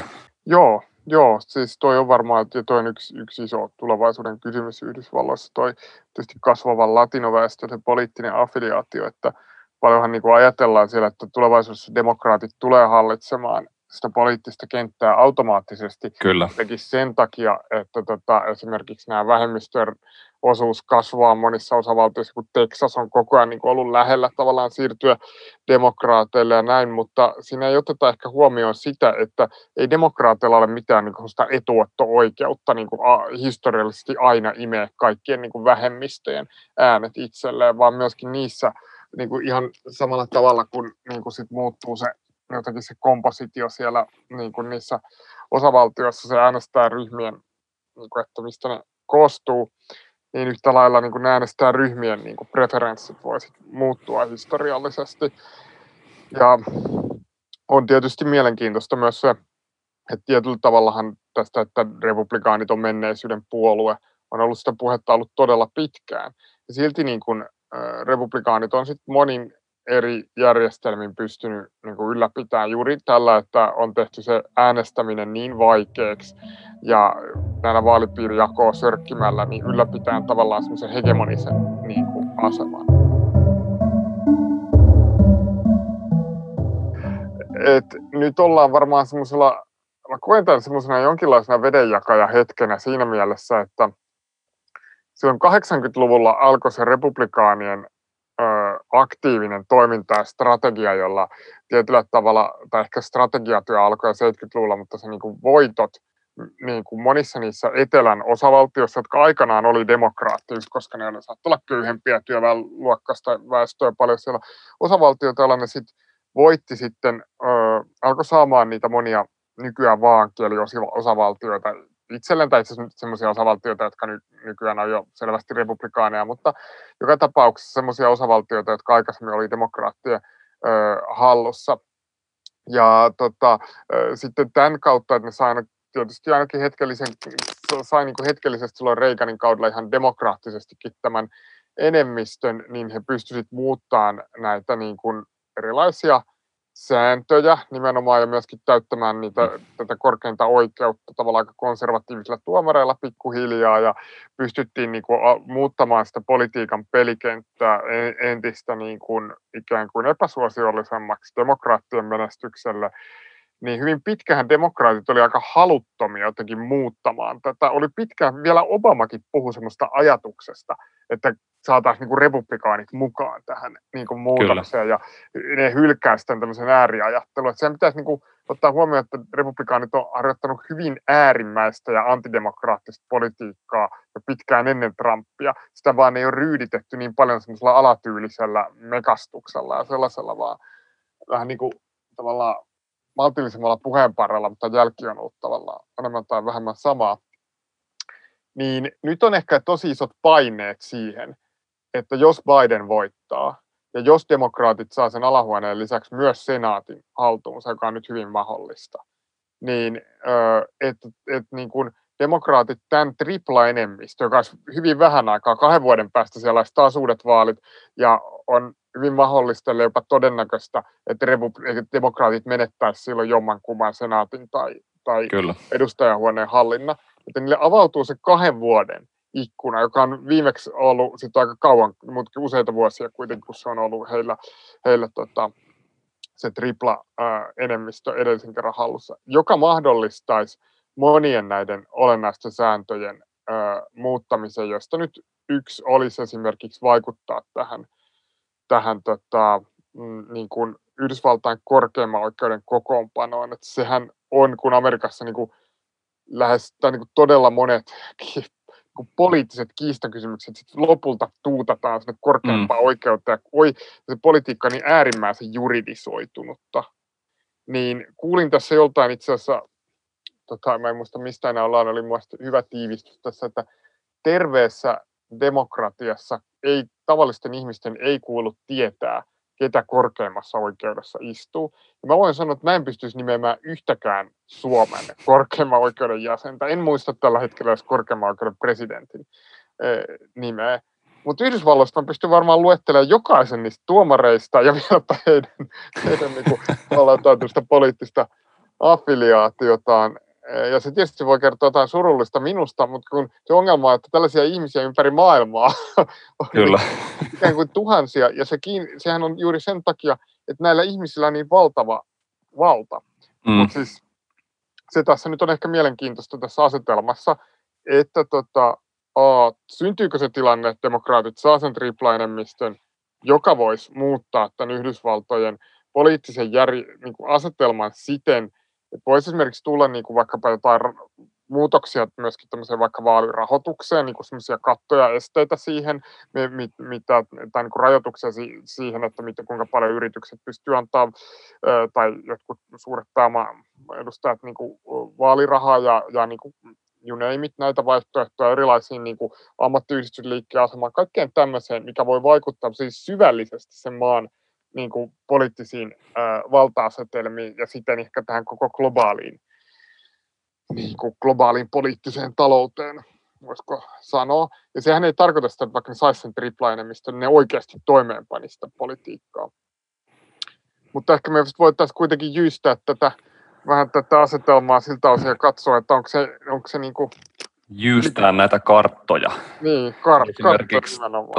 Joo, siis toi on varmaan, että toi on yksi iso tulevaisuuden kysymys Yhdysvalloissa, toi tietysti kasvavan latinoväestön se poliittinen affiliaatio, että paljonhan niin kuin ajatellaan siellä, että tulevaisuudessa demokraatit tulee hallitsemaan sitä poliittista kenttää automaattisesti. Kyllä. Sen takia, että esimerkiksi nämä vähemmistöjen osuus kasvaa monissa osavaltioissa, kun Texas on koko ajan niin kuin ollut lähellä tavallaan siirtyä demokraateille ja näin, mutta siinä ei oteta ehkä huomioon sitä, että ei demokraateilla ole mitään niin kuin sitä etuotto-oikeutta niin kuin historiallisesti aina imee kaikkien niin kuin vähemmistöjen äänet itselleen, vaan myöskin niissä niin kuin ihan samalla tavalla, kun niin kuin sit muuttuu se jotenkin se kompositio siellä niin kuin niissä osavaltioissa, se äänestää ryhmien, niin kuin, että mistä ne koostuu, niin yhtä lailla niin kuin ne äänestää ryhmien niin kuin preferenssit voisi muuttua historiallisesti. Ja on tietysti mielenkiintoista myös se, että tietyllä tavallahan tästä, että republikaanit on menneisyyden puolue, on ollut sitä puhetta ollut todella pitkään. Ja silti niin kuin republikaanit on sitten monin eri järjestelmin pystynyt niin kuin ylläpitämään juuri tällä, että on tehty se äänestäminen niin vaikeaksi ja näillä vaalipiirijakoa sörkkimällä niin ylläpitään tavallaan semmoisen hegemonisen niin kuin aseman. Et nyt ollaan varmaan semmoisella, mä koen tämän semmoisena jonkinlaisena vedenjakajahetkenä siinä mielessä, että silloin 80-luvulla alkoi se republikaanien aktiivinen toiminta ja strategia, jolla tietyllä tavalla, tai ehkä strategiatyö alkoi 70-luvulla, mutta se niin kuin voitot niin kuin monissa niissä etelän osavaltioissa, jotka aikanaan oli demokraattia, koska ne saattoi olla köyhempiä työväenluokkaista väestöä paljon siellä osavaltioita, joilla ne sitten voitti sitten, alkoi saamaan niitä monia nykyään vaankieliosavaltioita itselleen, tai itse asiassa semmoisia osavaltioita, jotka nykyään on jo selvästi republikaaneja, mutta joka tapauksessa semmoisia osavaltioita, jotka aikaisemmin oli demokraattien hallussa. Ja sitten tämän kautta, että ne sai tietysti ainakin hetkellisesti silloin Reaganin kaudella ihan demokraattisestikin tämän enemmistön, niin he pystyivät muuttamaan näitä niin kuin erilaisia sääntöjä nimenomaan ja myöskin täyttämään tätä korkeinta oikeutta tavallaan aika konservatiivisilla tuomareilla pikkuhiljaa ja pystyttiin niin kuin muuttamaan sitä politiikan pelikenttää entistä niin kuin ikään kuin epäsuosiollisemmaksi demokraattien menestykselle. Niin hyvin pitkähän demokraatit oli aika haluttomia jotenkin muuttamaan tätä. Oli pitkään, vielä Obamakin puhui semmoista ajatuksesta, että saataisiin niin kuin republikaanit mukaan tähän niin kuin muutokseen. Ja ne hylkää sitten tämmöisen ääriajattelun. Että sen pitäisi niin kuin ottaa huomioon, että republikaanit on harjoittanut hyvin äärimmäistä ja antidemokraattista politiikkaa jo pitkään ennen Trumpia. Sitä vaan ei ole ryyditetty niin paljon semmoisella alatyylisellä mekastuksella ja sellaisella, vaan vähän niin kuin tavallaan maltillisemmalla puheenparrella, mutta jälki on ollut tavallaan enemmän tai vähemmän samaa. Niin nyt on ehkä tosi isot paineet siihen, että jos Biden voittaa ja jos demokraatit saa sen alahuoneen lisäksi myös senaatin haltuunsa, joka on nyt hyvin mahdollista, niin että niin kuin demokraatit tämän tripla enemmistö, joka olisi hyvin vähän aikaa, 2 vuoden päästä siellä olisi taas uudet vaalit ja on hyvin mahdollista ja jopa todennäköistä, että demokraatit menettäisi silloin jommankumman senaatin tai edustajahuoneen hallinna. Että niille avautuu se 2 vuoden ikkuna, joka on viimeksi ollut sit aika kauan, mutta useita vuosia kuitenkin, kun se on ollut heillä se tripla enemmistö edellisen kerran hallussa, joka mahdollistaisi monien näiden olennaisten sääntöjen muuttamisen, josta nyt yksi olisi esimerkiksi vaikuttaa tähän niin kuin Yhdysvaltain korkeimman oikeuden kokoonpanoon. Että sehän on, kun Amerikassa niin kuin niin kuin todella monet poliittiset kiistakysymykset sit lopulta tuutataan sinne korkeimpaan oikeuteen. Se politiikka on niin äärimmäisen juridisoitunutta. Niin kuulin tässä joltain itse asiassa, mä en muista mistä enää ollaan, oli mielestäni hyvä tiivistys tässä, että terveessä demokratiassa tavallisten ihmisten ei kuulu tietää, ketä korkeimmassa oikeudessa istuu. Ja mä voin sanoa, että mä en pystyisi nimeämään yhtäkään Suomen korkeimman oikeuden jäsentä. En muista tällä hetkellä edes korkeimman oikeuden presidentin nimeä. Mutta Yhdysvalloista mä pystyn varmaan luettelemaan jokaisen niistä tuomareista ja vieläpä heidän niin kuin, poliittista affiliaatiotaan. Ja se tietysti voi kertoa jotain surullista minusta, mutta kun se ongelma on, että tällaisia ihmisiä ympäri maailmaa on ikään kuin tuhansia, ja sehän on juuri sen takia, että näillä ihmisillä on niin valtava valta. Mutta siis se tässä nyt on ehkä mielenkiintoista tässä asetelmassa, että syntyykö se tilanne, että demokraatit saa sen tripla-enemmistön, joka voisi muuttaa tämän Yhdysvaltojen poliittisen niin kuin asetelman siten, että voisi esimerkiksi tulla niin kuin vaikkapa jotain muutoksia myöskin tämmöiseen vaikka vaalirahoitukseen, niin kuin semmoisia kattoja, esteitä siihen, tai niin kuin rajoituksia siihen, että kuinka paljon yritykset pystyy antaa, tai jotkut suuret pääomaedustajat niin kuin vaalirahaa ja niin kuin you name it, näitä vaihtoehtoja erilaisiin niin kuin ammattiyhdistysliikkeen asemaan, kaikkeen tämmöiseen, mikä voi vaikuttaa siis syvällisesti sen maan niin kuin poliittisiin valta-asetelmiin ja sitten ehkä tähän koko globaaliin poliittiseen talouteen, voisiko sanoa. Ja sehän ei tarkoita sitä, että vaikka ne saisi sen tripla-enemmistön, niin ne oikeasti toimeenpanisi sitä politiikkaa. Mutta ehkä me voitaisiin kuitenkin jyystää vähän tätä asetelmaa siltä osin ja katsoa, että onko se niin kuin jyystää näitä karttoja. Niin, esimerkiksi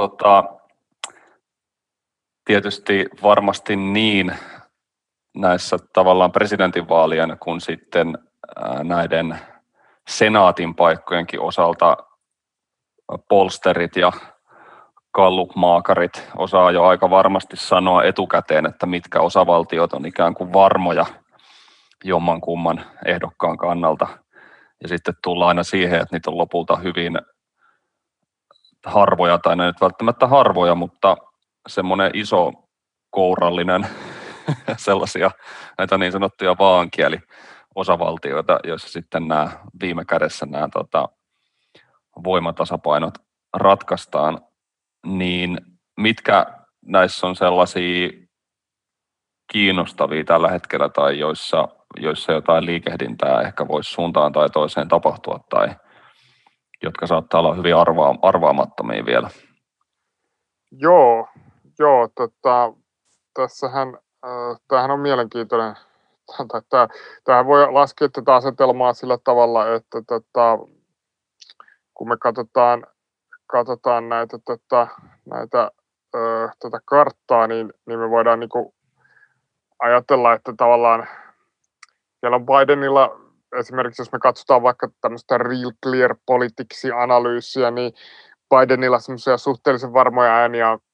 tietysti varmasti niin näissä tavallaan presidentinvaalien kuin sitten näiden senaatin paikkojenkin osalta polsterit ja gallupmaakarit osaa jo aika varmasti sanoa etukäteen, että mitkä osavaltiot on ikään kuin varmoja jommankumman ehdokkaan kannalta. Ja sitten tullaan aina siihen, että niitä on lopulta hyvin harvoja, tai ne nyt välttämättä harvoja, mutta semmoinen iso kourallinen sellaisia näitä niin sanottuja vaankieliosavaltioita, joissa sitten viime kädessä nämä voimatasapainot ratkaistaan, niin mitkä näissä on sellaisia kiinnostavia tällä hetkellä tai joissa jotain liikehdintää ehkä voisi suuntaan tai toiseen tapahtua tai jotka saattaa olla hyvin arvaamattomia vielä? Joo, tässähän tämähän on mielenkiintoinen. Tämähän voi laskea tätä asetelmaa sillä tavalla, että kun me katsotaan näitä tätä karttaa, niin me voidaan niinku ajatella, että tavallaan siellä on Bidenilla, esimerkiksi jos me katsotaan vaikka tämmöistä Real Clear Politics-analyysiä, niin Bidenilla semmoisia suhteellisen varmoja ääniä on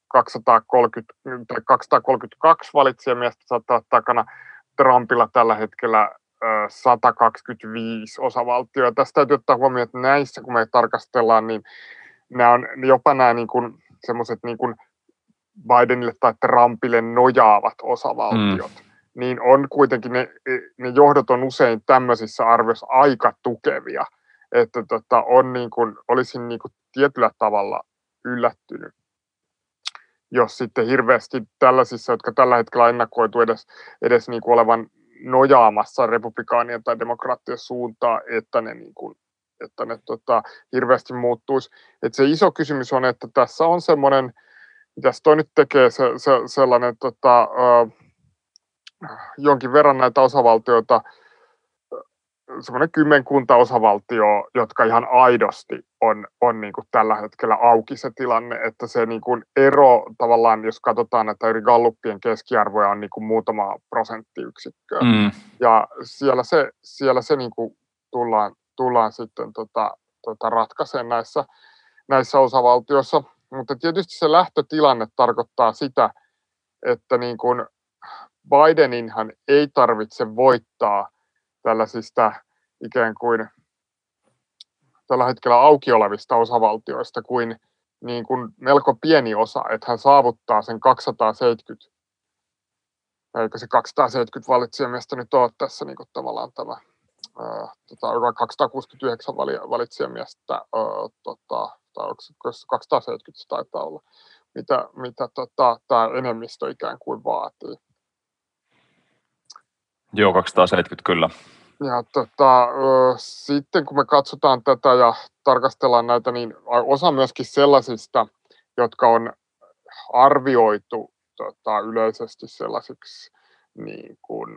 232 valitsijamiestä saattaa takana, Trumpilla tällä hetkellä 125 osavaltioa. Tästä täytyy ottaa huomioon, että näissä kun me tarkastellaan, niin nämä on jopa nämä niin kuin semmoiset niin kuin Bidenille tai Trumpille nojaavat osavaltiot, niin on kuitenkin ne johdot on usein tämmöisissä arvioissa aika tukevia, että on niin kuin, olisin niin kuin tietyllä tavalla yllättynyt, jos sitten hirveästi tällaisissa, jotka tällä hetkellä on ennakoitu edes niin kuin olevan nojaamassa republikaanien tai demokraattien suuntaan, että ne niin kuin, hirveästi muuttuisi. Et se iso kysymys on, että tässä on semmoinen, mitäs toi nyt tekee, sellainen jonkin verran näitä osavaltioita, semmoinen kymmenkunta osavaltioa, jotka ihan aidosti on niin kuin tällä hetkellä auki se tilanne, että se niin kuin ero tavallaan, jos katsotaan näitä eri Gallupien keskiarvoja, on niin kuin muutama prosenttiyksikköä. Ja siellä se niin kuin tullaan sitten ratkaisemaan näissä osavaltioissa. Mutta tietysti se lähtötilanne tarkoittaa sitä, että niin kuin Bideninhan ei tarvitse voittaa tällaisista ikään kuin tällä hetkellä auki olevista osavaltioista kuin, niin kuin melko pieni osa, että hän saavuttaa sen 270, eikö se 270 valitsijamiestä nyt ole tässä niin kuin tavallaan tämä 269 valitsijamiestä, tai onko se 270 taitaa olla, mitä tämä enemmistö ikään kuin vaatii. Joo, 270 kyllä. Ja sitten kun me katsotaan tätä ja tarkastellaan näitä, niin osa myöskin sellaisista, jotka on arvioitu yleisesti sellaisiksi niin kuin,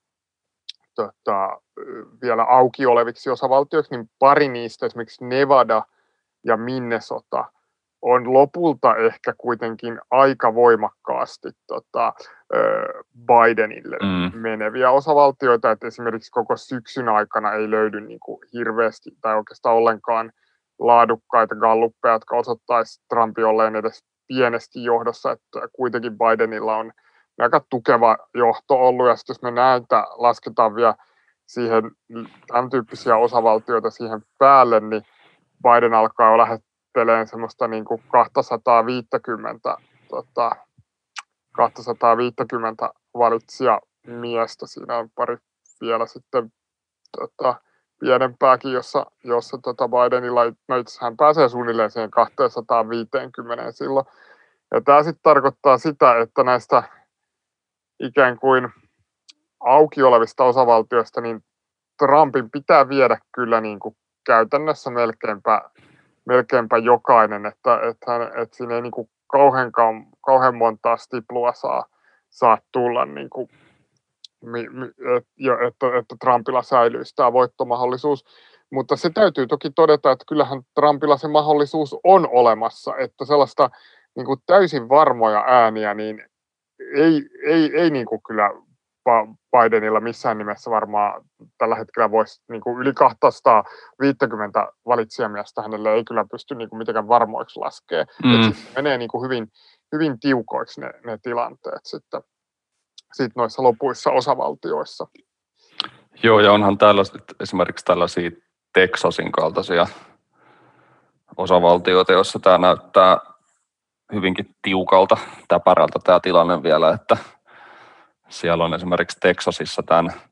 vielä auki oleviksi osavaltioiksi, niin pari niistä, esimerkiksi Nevada ja Minnesota, on lopulta ehkä kuitenkin aika voimakkaasti Bidenille meneviä osavaltioita, että esimerkiksi koko syksyn aikana ei löydy niin kuin hirveästi tai oikeastaan ollenkaan laadukkaita galluppeja, jotka osoittaisi Trumpin olleen edes pienesti johdossa, että kuitenkin Bidenilla on aika tukeva johto ollut, ja sitten jos me näitä lasketaan vielä siihen tämän tyyppisiä osavaltioita siihen päälle, niin Biden alkaa jo lähettelemään semmoista niin kuin 250 valitsijamiestä. Siinä on pari vielä sitten pienempääkin, jossa Bidenilla, hän pääsee suunnilleen siihen 250 silloin. Ja tämä sitten tarkoittaa sitä, että näistä ikään kuin auki olevista osavaltioista, niin Trumpin pitää viedä kyllä niin kuin käytännössä melkeinpä jokainen, että siinä ei niin kuin kauhean montaa stiplua saa tulla, niin kuin, että Trumpilla säilyisi tämä voittomahdollisuus. Mutta se täytyy toki todeta, että kyllähän Trumpilla se mahdollisuus on olemassa, että sellaista niin kuin täysin varmoja ääniä niin ei niin kuin kyllä Bidenilla missään nimessä varmaan tällä hetkellä voisi niin kuin yli 250 valitsijamiestä hänelle ei kyllä pysty niin kuin mitenkään varmoiksi laskemaan. Sitten menee niin kuin hyvin tiukoiksi ne tilanteet sitten noissa lopuissa osavaltioissa. Joo, ja onhan esimerkiksi tällaisia Texasin kaltaisia osavaltioita, joissa tämä näyttää hyvinkin tiukalta, täpärältä tämä tilanne vielä, että siellä on esimerkiksi Texasissa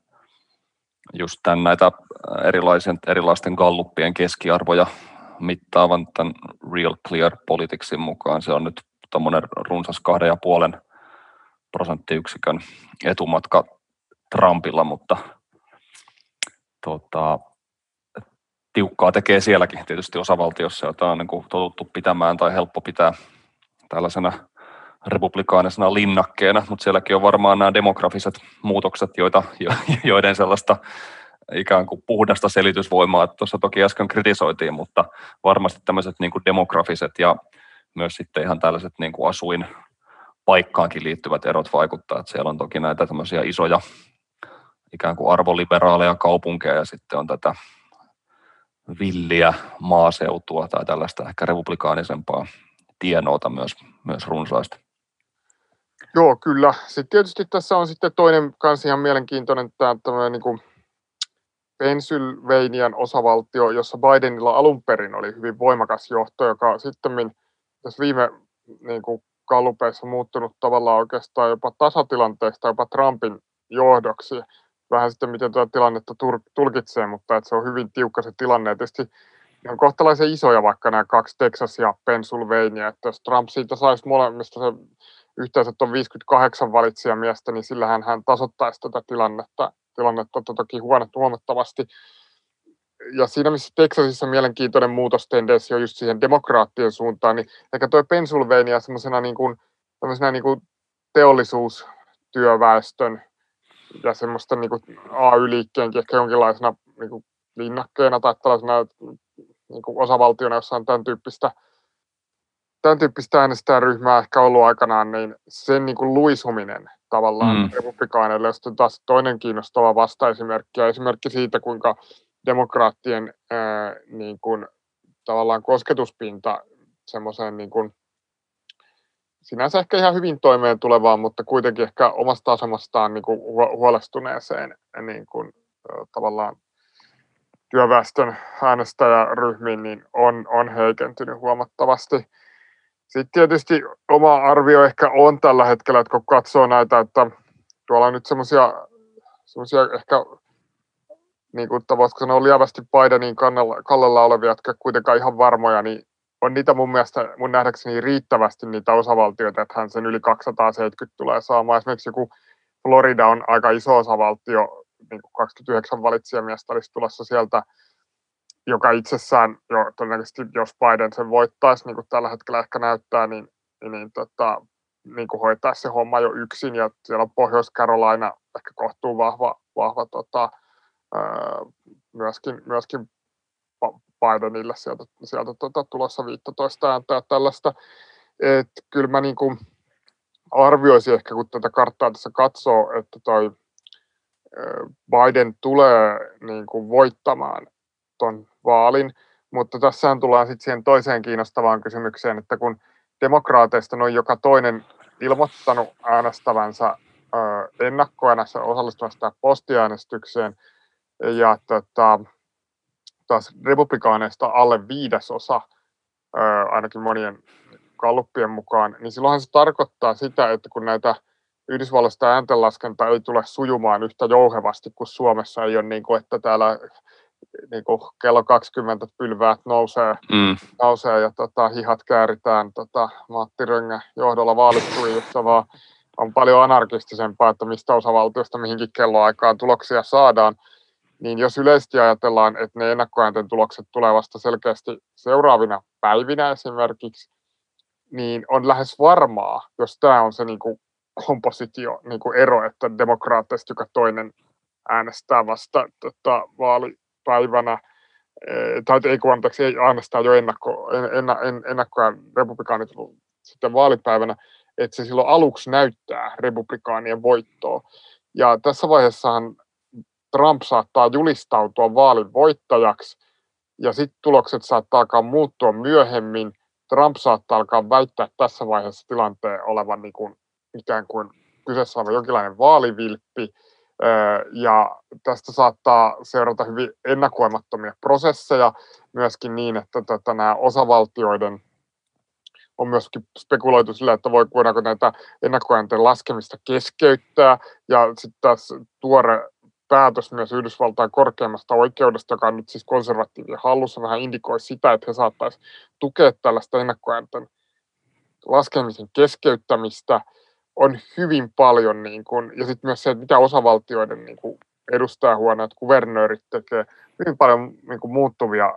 näitä erilaisten galluppien keskiarvoja mittaavan tämän Real Clear Politicsin mukaan. Se on nyt tuommoinen runsas 2,5 prosenttiyksikön etumatka Trumpilla, mutta tiukkaa tekee sielläkin tietysti osavaltiossa, jota on niin kuin totuttu pitämään tai helppo pitää tällaisena republikaanisena linnakkeena, mutta sielläkin on varmaan nämä demografiset muutokset, joiden sellaista ikään kuin puhdasta selitysvoimaa, että tuossa toki äsken kritisoitiin, mutta varmasti tämmöiset niin kuin demografiset ja myös sitten ihan tällaiset niin kuin asuinpaikkaankin liittyvät erot vaikuttaa, että siellä on toki näitä tämmöisiä isoja ikään kuin arvoliberaaleja kaupunkeja ja sitten on tätä villiä maaseutua tai tällaista ehkä republikaanisempaa tienoota myös runsaasti. Joo, kyllä. Sitten tietysti tässä on sitten toinen kans ihan mielenkiintoinen tämä niin kuin Pennsylvanian osavaltio, jossa Bidenilla alun perin oli hyvin voimakas johto, joka sitten tässä viime niin kuin gallupeissa muuttunut tavallaan oikeastaan jopa tasatilanteesta jopa Trumpin johdoksi. Vähän sitten miten tuota tilannetta tulkitsee, mutta että se on hyvin tiukka se tilanne. Ja tietysti ne on kohtalaisen isoja vaikka nämä kaksi Texas ja Pennsylvania, että jos Trump siitä saisi molemmista se yhteensä tuon 58 valitsijamiestä, niin sillähän hän tasoittaisi tätä tilannetta toki huomattavasti. Ja siinä missä Texasissa mielenkiintoinen muutostendenssi on just siihen demokraattien suuntaan, niin ehkä tuo Pennsylvania semmoisena niin kuin teollisuustyöväestön ja semmoista niin kuin AY-liikkeenkin ehkä jonkinlaisena niin kuin linnakkeena tai tällaisena niin kuin osavaltiona, jossa on tämän tyyppistä äänestäjäryhmää ehkä ollut aikanaan, niin sen niin kuin luisuminen tavallaan republikaaneille on sitten taas toinen kiinnostava vastaesimerkki ja esimerkki siitä, kuinka demokraattien niin kuin, tavallaan kosketuspinta semmoiseen niin kuin, sinänsä ehkä ihan hyvin toimeen tulevaan, mutta kuitenkin ehkä omasta asemastaan niin kuin huolestuneeseen niin kuin, tavallaan työväestön äänestäjäryhmiin niin on heikentynyt huomattavasti. Sitten tietysti oma arvio ehkä on tällä hetkellä, että kun katsoo näitä, että tuolla on nyt semmoisia ehkä niin kuin voisiko sanoa lievästi Bidenin kallella olevia, jotka kuitenkaan ihan varmoja, niin on niitä mun nähdäkseni riittävästi niitä osavaltioita, että hän sen yli 270 tulee saamaan. Esimerkiksi joku Florida on aika iso osavaltio, niin kuin 29 valitsijamiestä olisi tulossa sieltä, joka itsessään jo todennäköisesti, jos Biden sen voittaisi, niin kuin tällä hetkellä ehkä näyttää, niin kuin hoitaisi se homma jo yksin. Ja siellä on Pohjois-Carolina ehkä kohtuu vahva myöskin Bidenille sieltä tulossa 15 ääntä ja tällaista. Että kyllä mä niin kuin arvioisin ehkä, kun tätä karttaa tässä katsoo, että toi Biden tulee niin kuin voittamaan ton vaalin, mutta tässähän tullaan sitten siihen toiseen kiinnostavaan kysymykseen, että kun demokraateista noin joka toinen ilmoittanut äänestävänsä ennakkoäänessä osallistuvasta postiäänestykseen ja taas republikaaneista alle 1/5, ainakin monien galluppien mukaan, niin silloinhan se tarkoittaa sitä, että kun näitä Yhdysvalloista ääntenlaskenta ei tule sujumaan yhtä jouhevasti kuin Suomessa ei ole, niin kuin, että täällä niin kuin kello 20 pylväät nousee ja hihat kääritään Matti Röngän johdolla vaalistujissa, vaan on paljon anarkistisempaa, että mistä osavaltiosta mihinkin kelloaikaan tuloksia saadaan. Niin jos yleisesti ajatellaan, että ne ennakkoäänten tulokset tulee vasta selkeästi seuraavina päivinä esimerkiksi, niin on lähes varmaa, jos tämä on se niin kuin kompositio, niin kuin ero, että demokraatteista joka toinen äänestää vasta vaalipäivänä, tai ei äänestää jo ennakkoään republikaanit sitten vaalipäivänä, että se silloin aluksi näyttää republikaanien voittoa. Ja tässä vaiheessahan Trump saattaa julistautua vaalin voittajaksi, ja sitten tulokset saattaa alkaa muuttua myöhemmin. Trump saattaa alkaa väittää tässä vaiheessa tilanteen olevan niin kuin, ikään kuin kyseessä oleva jonkinlainen vaalivilppi, ja tästä saattaa seurata hyvin ennakoimattomia prosesseja, myöskin niin, että nämä osavaltioiden on myöskin spekuloitu sillä, että voidaanko näitä ennakkoäänten laskemista keskeyttää, ja sitten taas tuore päätös myös Yhdysvaltain korkeimmasta oikeudesta, joka on nyt siis konservatiivien hallussa, vähän indikoi sitä, että he saattaisivat tukea tällaista ennakkoäänten laskemisen keskeyttämistä, on hyvin paljon, niin kuin, ja sitten myös se, että mitä osavaltioiden niin kuin edustajahuoneet, kuvernöörit tekee, hyvin paljon niin kuin muuttuvia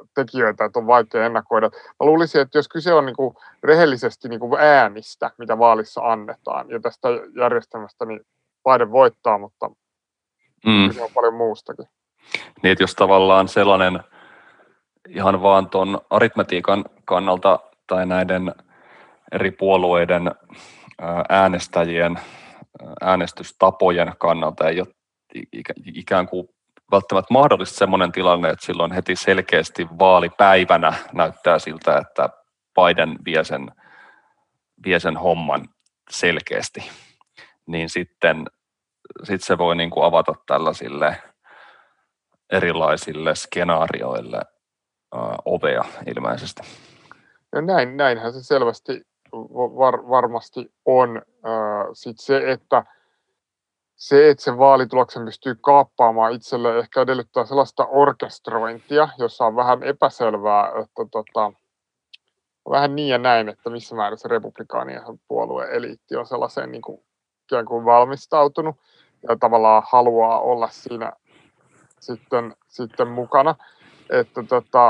tekijöitä, että on vaikea ennakoida. Mä luulisin, että jos kyse on niin kuin rehellisesti niin kuin äänistä, mitä vaalissa annetaan, ja tästä järjestelmästä, niin Biden voittaa, mutta kyse on paljon muustakin. Niin, että jos tavallaan sellainen ihan vaan tuon aritmetiikan kannalta tai näiden eri puolueiden äänestäjien äänestystapojen kannalta ei ole ikään kuin välttämättä mahdollista sellainen tilanne, että silloin heti selkeästi vaalipäivänä näyttää siltä, että Biden vie sen homman selkeästi, niin sitten se voi niin kuin avata tällaisille erilaisille skenaarioille ovea ilmeisesti. Ja näinhän se selvästi varmasti on. Sitten se, että sen vaalituloksen pystyy kaappaamaan itselleen, ehkä edellyttää sellaista orkestrointia, jossa on vähän epäselvää, että vähän niin ja näin, että missä määrin se republikaanien puolueen eliitti on sellaiseen niin kuin, ikään kuin valmistautunut ja tavallaan haluaa olla siinä sitten mukana. Että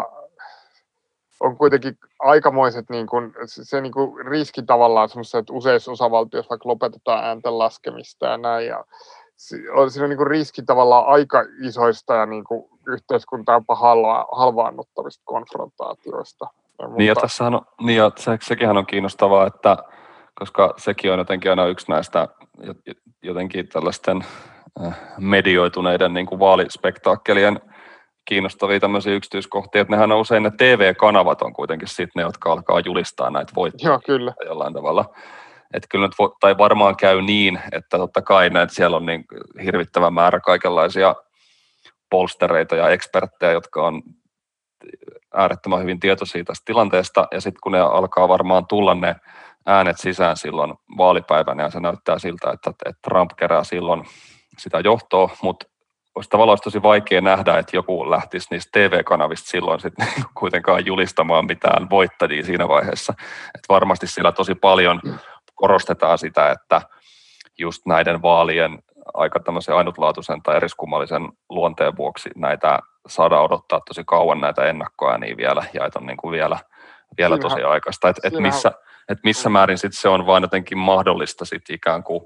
on kuitenkin aikamoiset niin kuin, se niin kuin riski tavallaan semmoista, että useissa osavaltioissa vaikka lopetetaan äänten laskemista ja näin. Ja siinä on niin kuin riski tavallaan aika isoista ja niin kuin yhteiskuntaa jopa halvaannuttavista konfrontaatioista. Niin ja tässähän on, niin ja sekinhän on kiinnostavaa, että koska sekin on jotenkin aina yksi näistä jotenkin tällaisten medioituneiden niin kuin vaalispektaakkelien kiinnostavia tämmöisiä yksityiskohtia, että nehän on usein ne TV-kanavat on kuitenkin sitten ne, jotka alkaa julistaa näitä voittoja. Joo, kyllä. Jollain tavalla. Että kyllä nyt tai varmaan käy niin, että totta kai näitä siellä on niin hirvittävä määrä kaikenlaisia polstereita ja eksperttejä, jotka on äärettömän hyvin tietoisia tästä tilanteesta, ja sitten kun ne alkaa varmaan tulla ne äänet sisään silloin vaalipäivänä, ja se näyttää siltä, että Trump kerää silloin sitä johtoa, mutta olisi tavallaan tosi vaikea nähdä, että joku lähtisi niistä TV-kanavista silloin sitten kuitenkaan julistamaan mitään voittajia siinä vaiheessa. Että varmasti siellä tosi paljon korostetaan sitä, että just näiden vaalien aika tämmöisen ainutlaatuisen tai eriskummallisen luonteen vuoksi näitä saadaan odottaa tosi kauan näitä ennakkoääniä vielä, ja että on niin kuin vielä tosi aikaista. Että missä määrin sit se on vaan jotenkin mahdollista sit ikään kuin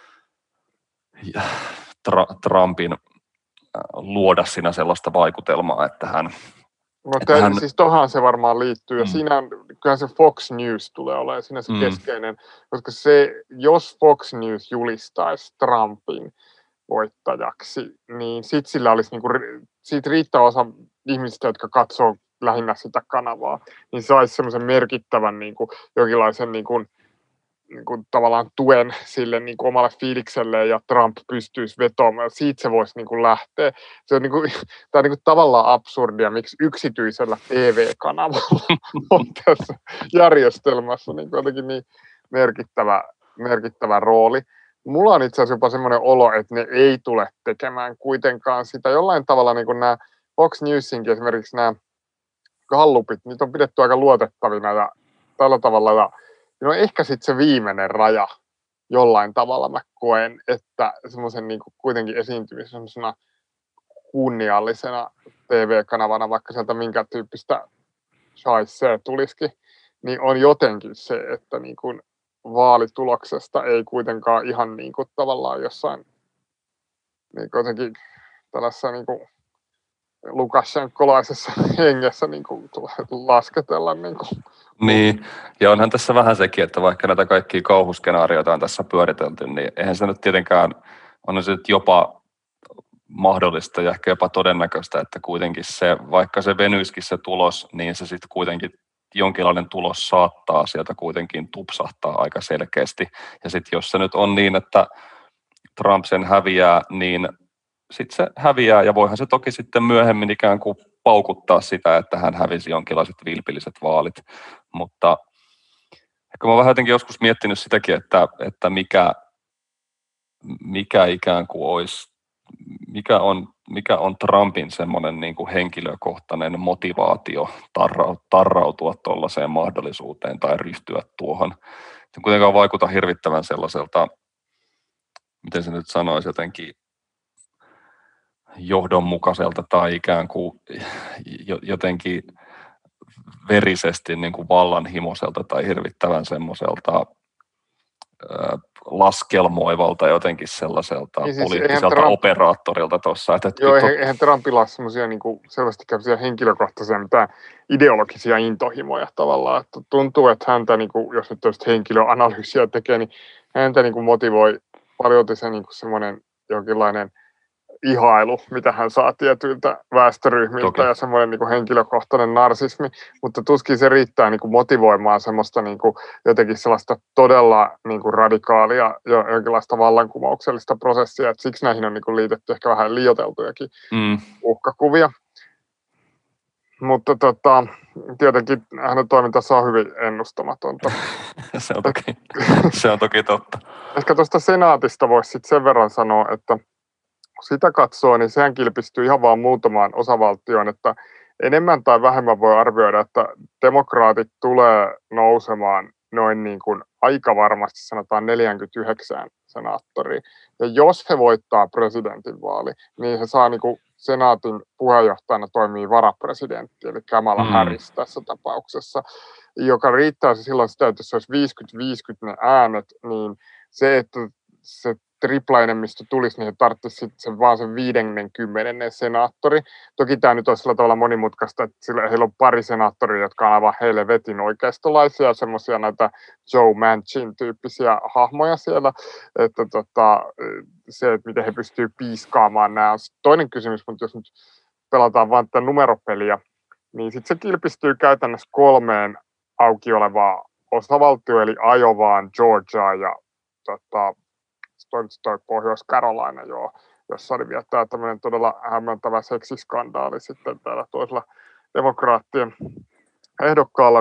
Trumpin luoda siinä sellaista vaikutelmaa, että hän... Siis tohaan se varmaan liittyy, ja siinä kyllähän se Fox News tulee olemaan siinä se keskeinen, koska jos Fox News julistaisi Trumpin voittajaksi, niin sitten sillä olisi siitä riittävä osa ihmisistä, jotka katsoo lähinnä sitä kanavaa, niin saisi semmoisen merkittävän jonkinlaisen tavallaan tuen sille omalle fiilikselle, ja Trump pystyisi vetoamaan. Siitä se voisi lähteä. Se on, tämä on tavallaan absurdia, miksi yksityisellä TV-kanavalla on tässä järjestelmässä jotenkin niin merkittävä rooli. Mulla on itse asiassa jopa semmoinen olo, että ne ei tule tekemään kuitenkaan sitä. Jollain tavalla nämä Fox Newsinkin esimerkiksi nämä gallupit, niitä on pidetty aika luotettavina ja tällä tavalla. Ja no ehkä sitten se viimeinen raja jollain tavalla mä koen, että semmoisen kuitenkin esiintymisen semmoisena kunniallisena TV-kanavana, vaikka sieltä minkä tyyppistä shaisee tulisikin, niin on jotenkin se, että vaalituloksesta ei kuitenkaan ihan tavallaan jossain jotenkin tällaisessa lukashenkolaisessa hengessä lasketella. Niin, ja onhan tässä vähän sekin, että vaikka näitä kaikkia kauhuskenaarioita on tässä pyöritelty, niin eihän se nyt tietenkään, on se nyt jopa mahdollista ja ehkä jopa todennäköistä, että kuitenkin se, vaikka se venyisikin se tulos, niin se sitten kuitenkin jonkinlainen tulos saattaa sieltä kuitenkin tupsahtaa aika selkeästi. Ja sitten jos se nyt on niin, että Trump sen häviää, niin sitten se häviää, ja voihan se toki sitten myöhemmin ikään kuin paukuttaa sitä, että hän hävisi jonkinlaiset vilpilliset vaalit. Mutta ehkä mä oon vähän jotenkin joskus miettinyt sitäkin, että mikä ikään kuin olisi, mikä on Trumpin semmoinen niin kuin henkilökohtainen motivaatio tarrautua tuollaiseen mahdollisuuteen tai ryhtyä tuohon. Se kuitenkaan vaikuta hirvittävän sellaiselta, miten se nyt sanoisi, jotenkin johdonmukaiselta tai ikään kuin jotenkin verisesti niin kuin vallanhimoiselta tai hirvittävän semmoiselta laskelmoivalta jotenkin sellaiselta Niin siis poliittiselta operaattorilta tuossa. Joo, eihän Trumpilla ole semmoisia niin selvästikään henkilökohtaisia mitään ideologisia intohimoja tavallaan. Että tuntuu, että häntä, niin kuin, jos nyt tällaista henkilöanalyysiä tekee, niin häntä niin kuin motivoi paljon se niin kuin semmoinen jonkinlainen ihailu, mitä hän saa tietyiltä väestöryhmiltä. Toki. Ja semmoinen niin kuin henkilökohtainen narsismi, mutta tuskin se riittää niin kuin motivoimaan semmoista niin kuin jotenkin sellaista todella niin kuin radikaalia ja jonkinlaista vallankumouksellista prosessia, että siksi näihin on niin kuin liitetty ehkä vähän liioiteltujakin uhkakuvia. Mutta tietenkin hänen toimintansa on hyvin ennustamatonta. se on toki totta. Ehkä tuosta senaatista voisi sitten sen verran sanoa, että sitä katsoo, niin sehän kilpistyy ihan vaan muutamaan osavaltioon, että enemmän tai vähemmän voi arvioida, että demokraatit tulee nousemaan noin niin kuin aika varmasti sanotaan 49 senaattoriin. Ja jos he voittaa presidentinvaali, niin he saa niin kuin senaatin puheenjohtajana toimii varapresidentti, eli Kamala Harris tässä tapauksessa, joka riittää silloin sitä, että jos olisi 50-50 ne äänet, niin se, että se triplaenemmistö tulisi, niin he tarvitsisivat sitten vaan sen 50. senaattori. Toki tämä nyt on sillä tavalla monimutkaista, että heillä on pari senaattoria, jotka on aivan helvetin oikeistolaisia, semmoisia näitä Joe Manchin tyyppisiä hahmoja siellä, että se, että miten he pystyvät piiskaamaan nämä on toinen kysymys, mutta jos nyt pelataan vain tätä numeropeliä, niin sitten se kilpistyy käytännössä 3 auki olevaa osavaltioon, eli Iowaan, Georgiaan ja toi Pohjois-Carolina, jossa oli vielä tämä tämmöinen todella hämmentävä seksiskandaali sitten täällä toisella demokraattien ehdokkaalla,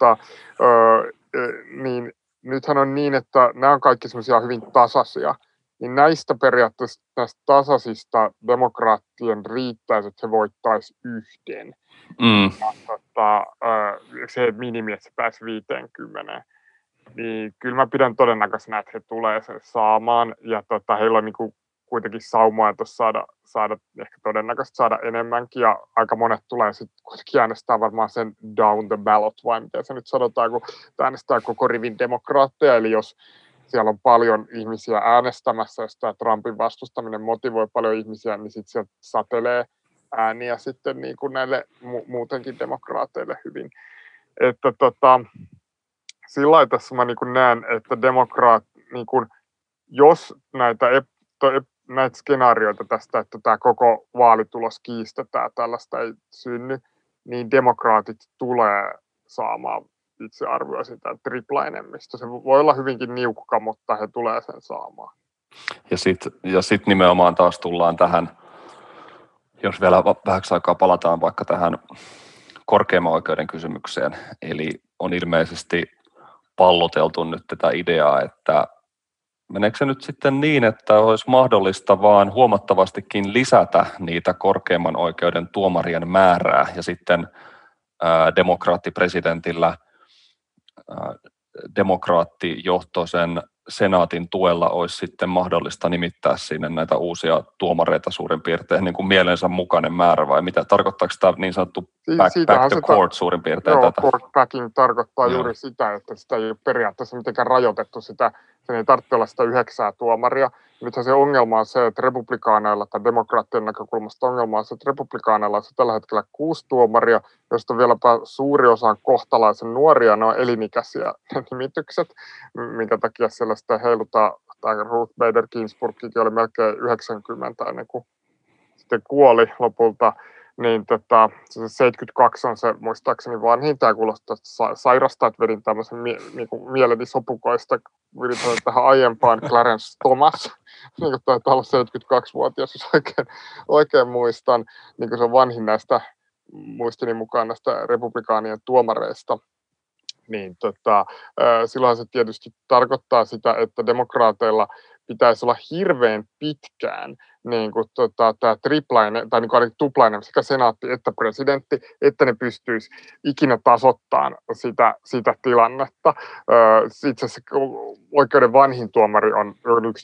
niin nythän on niin, että nämä on kaikki semmoisia hyvin tasaisia, niin näistä periaatteessa näistä tasaisista demokraattien riittäisi, että he voittaisi yhden. Ja, se minimi, että se pääsi 50. Niin kyllä mä pidän todennäköisenä, että he tulee sen saamaan, ja heillä on niinku kuitenkin saumaa saada ehkä todennäköisesti saada enemmänkin, ja aika monet tulee sitten kuitenkin äänestää varmaan sen down the ballot, vai miten se nyt sanotaan, kun äänestää koko rivin demokraatteja, eli jos siellä on paljon ihmisiä äänestämässä, jos tämä Trumpin vastustaminen motivoi paljon ihmisiä, niin sitten sieltä satelee ääniä sitten niin kuin näille muutenkin demokraateille hyvin. Että sillä lailla tässä mä niin näen, että niin jos näitä skenaarioita tästä, että tämä koko vaalitulos kiistetään, tällaista ei synny, niin demokraatit tulee saamaan, itse arvioisin sitä triplaenemmistö. Se voi olla hyvinkin niukka, mutta he tulee sen saamaan. Ja sit nimenomaan taas tullaan tähän, jos vielä vähäksi aikaa palataan vaikka tähän korkeimman oikeuden kysymykseen, eli on ilmeisesti palloteltu nyt tätä ideaa, että meneekö se nyt sitten niin, että olisi mahdollista vaan huomattavastikin lisätä niitä korkeimman oikeuden tuomarien määrää ja sitten demokraattipresidentillä demokraattijohtoisen senaatin tuella olisi sitten mahdollista nimittää sinne näitä uusia tuomareita suurin piirtein niin kuin mielensä mukainen määrä, vai mitä? Tarkoittaako tämä niin sanottu back to court suurin piirtein tätä? Joo, court backing tarkoittaa juuri sitä, että sitä ei ole periaatteessa mitenkään rajoitettu sitä, sen ei tarvitse olla sitä 9 tuomaria. Nythän se ongelma on se, että republikaaneilla tai demokraattien näkökulmasta ongelma on se, että republikaaneilla on se tällä hetkellä 6 tuomaria, joista vieläpä suuri osa on kohtalaisen nuoria, ne on elinikäisiä nimitykset, minkä takia sellaista heilutaan, tai Ruth Bader Ginsburgkin oli melkein 90 ennen kuin sitten kuoli lopulta, niin se 72 on se muistaakseni vanhin, tämä kuulostaa sairasta, että vedin tämmöisen mieleni sopukoista, viritän tähän aiempaan Clarence Thomas, niin kuin taitaa olla 72-vuotias, jos oikein muistan, niin kuin se on vanhin näistä muistini mukaan näistä republikaanien tuomareista, niin silloin se tietysti tarkoittaa sitä, että demokraateilla pitäisi olla hirveän pitkään niin kuin, tämä triplainen, tai niin kuin tuplainen sekä senaatti että presidentti, että ne pystyisi ikinä tasoittamaan sitä tilannetta. Itse asiassa oikeuden vanhin tuomari on yksi näistä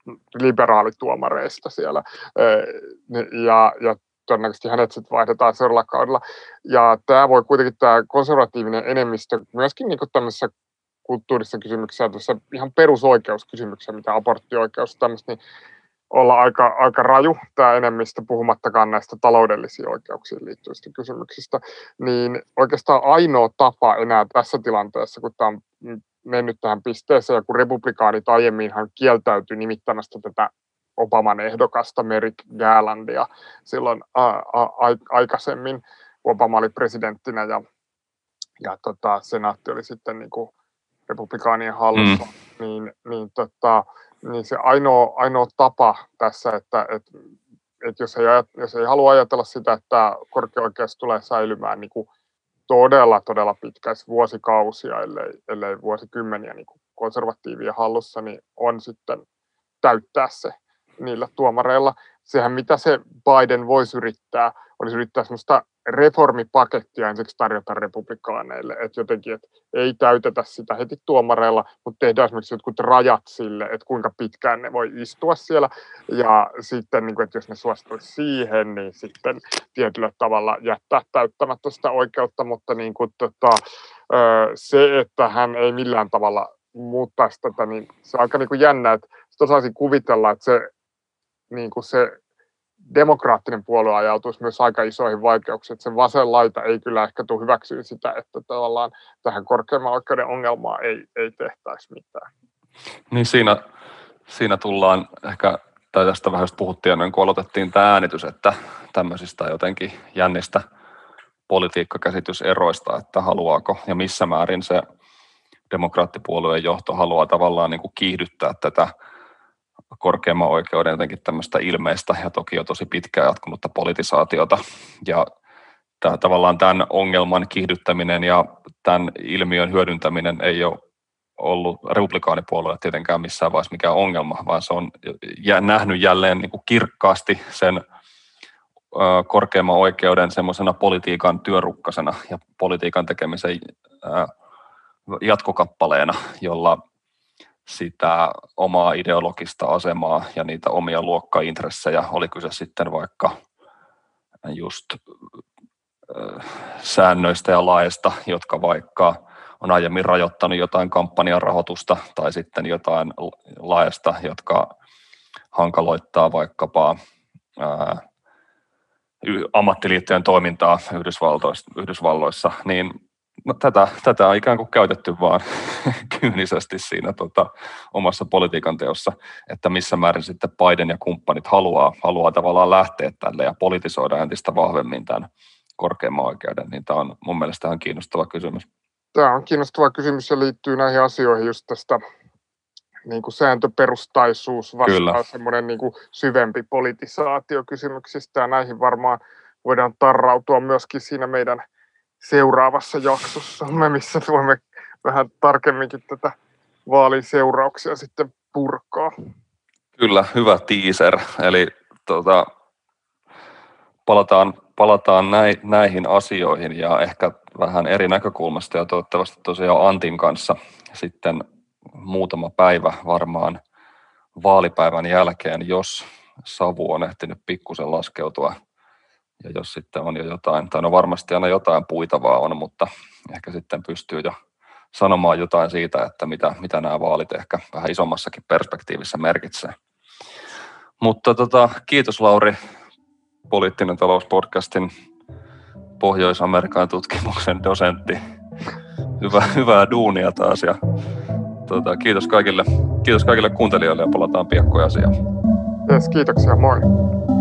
liberaalituomareista siellä. Ja todennäköisesti hänet sitten vaihdetaan seuraavalla kaudella. Ja tämä voi kuitenkin, tämä konservatiivinen enemmistö, myöskin niin tämmöisessä kulttuurisessa kysymyksessä, tuossa ihan perusoikeuskysymyksessä, mitä aborttioikeus tämmöistä, niin olla aika raju tämä enemmistö, puhumattakaan näistä taloudellisiin oikeuksiin liittyvistä kysymyksistä, niin oikeastaan ainoa tapa enää tässä tilanteessa, kun tämä on mennyt tähän pisteeseen, ja kun republikaanit aiemminhan kieltäytyi nimittämästä tätä Obaman ehdokasta Merrick Garlandia silloin aikaisemmin, Obama oli presidenttinä ja senaatti oli sitten niin kuin republikaanien hallussa, niin se ainoa tapa tässä, että jos ei halua ajatella sitä, että korkea oikeus tulee säilymään niin kuin todella pitkäisi vuosikausia, ellei vuosikymmeniä niin kuin konservatiivien hallussa, niin on sitten täyttää se niillä tuomareilla. Sehän mitä se Biden voisi yrittää, olisi yrittää sellaista reformipakettia ensiksi tarjota republikaaneille, että jotenkin että ei täytetä sitä heti tuomareilla, mutta tehdään esimerkiksi jotkut rajat sille, että kuinka pitkään ne voi istua siellä, ja sitten niin kuin, että jos ne suostuisi siihen, niin sitten tietyllä tavalla jättää täyttämättä sitä oikeutta, mutta niin kuin, se, että hän ei millään tavalla muuttaisi tätä, niin se on aika niin kuin jännä, että osaisin kuvitella, että se demokraattinen puolue ajautuisi myös aika isoihin vaikeuksiin, että se vasen laita ei kyllä ehkä tule hyväksyä sitä, että tavallaan tähän korkeimman oikeuden ongelmaan ei tehtäisi mitään. Niin siinä tullaan ehkä, tai tästä vähän just puhuttiin ennen kuin aloitettiin tämä äänitys, että tämmöisistä jotenkin jännistä politiikkakäsityseroista, että haluaako ja missä määrin se demokraattipuolueen johto haluaa tavallaan niin kuin kiihdyttää tätä korkeimman oikeuden jotenkin tämmöistä ilmeistä ja toki jo tosi pitkään jatkunutta politisaatiota. Ja tavallaan tämän ongelman kiihdyttäminen ja tämän ilmiön hyödyntäminen ei ole ollut republikaanipuolueelle tietenkään missään vaiheessa mikään ongelma, vaan se on nähnyt jälleen niin kuin kirkkaasti sen korkeimman oikeuden semmoisena politiikan työrukkasena ja politiikan tekemisen jatkokappaleena, jolla sitä omaa ideologista asemaa ja niitä omia luokkaintressejä, oli kyse sitten vaikka just säännöistä ja laeista, jotka vaikka on aiemmin rajoittanut jotain kampanjan rahoitusta tai sitten jotain laeista, jotka hankaloittaa vaikkapa ammattiliittojen toimintaa Yhdysvalloissa, niin no, tätä on ikään kuin käytetty vaan kyynisesti siinä omassa politiikan teossa, että missä määrin sitten Biden ja kumppanit haluaa tavallaan lähteä tälle ja politisoida entistä vahvemmin tämän korkeimman oikeuden, niin tämä on mun mielestä ihan kiinnostava kysymys. Tämä on kiinnostava kysymys ja liittyy näihin asioihin just tästä niin kuin sääntöperustaisuus vastaan semmoinen niin kuin syvempi politisaatio kysymyksistä ja näihin varmaan voidaan tarrautua myöskin siinä meidän seuraavassa jaksossamme, missä voimme vähän tarkemminkin tätä vaalin seurauksia sitten purkaa. Kyllä, hyvä teaser. Eli palataan näihin asioihin ja ehkä vähän eri näkökulmasta ja toivottavasti tosiaan Antin kanssa sitten muutama päivä varmaan vaalipäivän jälkeen, jos savu on ehtinyt pikkusen laskeutua. Ja jos sitten on jo jotain, tai no varmasti aina jotain puitavaa on, mutta ehkä sitten pystyy jo sanomaan jotain siitä, että mitä nämä vaalit ehkä vähän isommassakin perspektiivissä merkitsee. Mutta kiitos Lauri, Poliittinen talouspodcastin Pohjois-Amerikan tutkimuksen dosentti. Hyvää duunia taas ja kiitos kaikille kuuntelijoille ja palataan piakkoin asiaan. Kiitoksia, moi.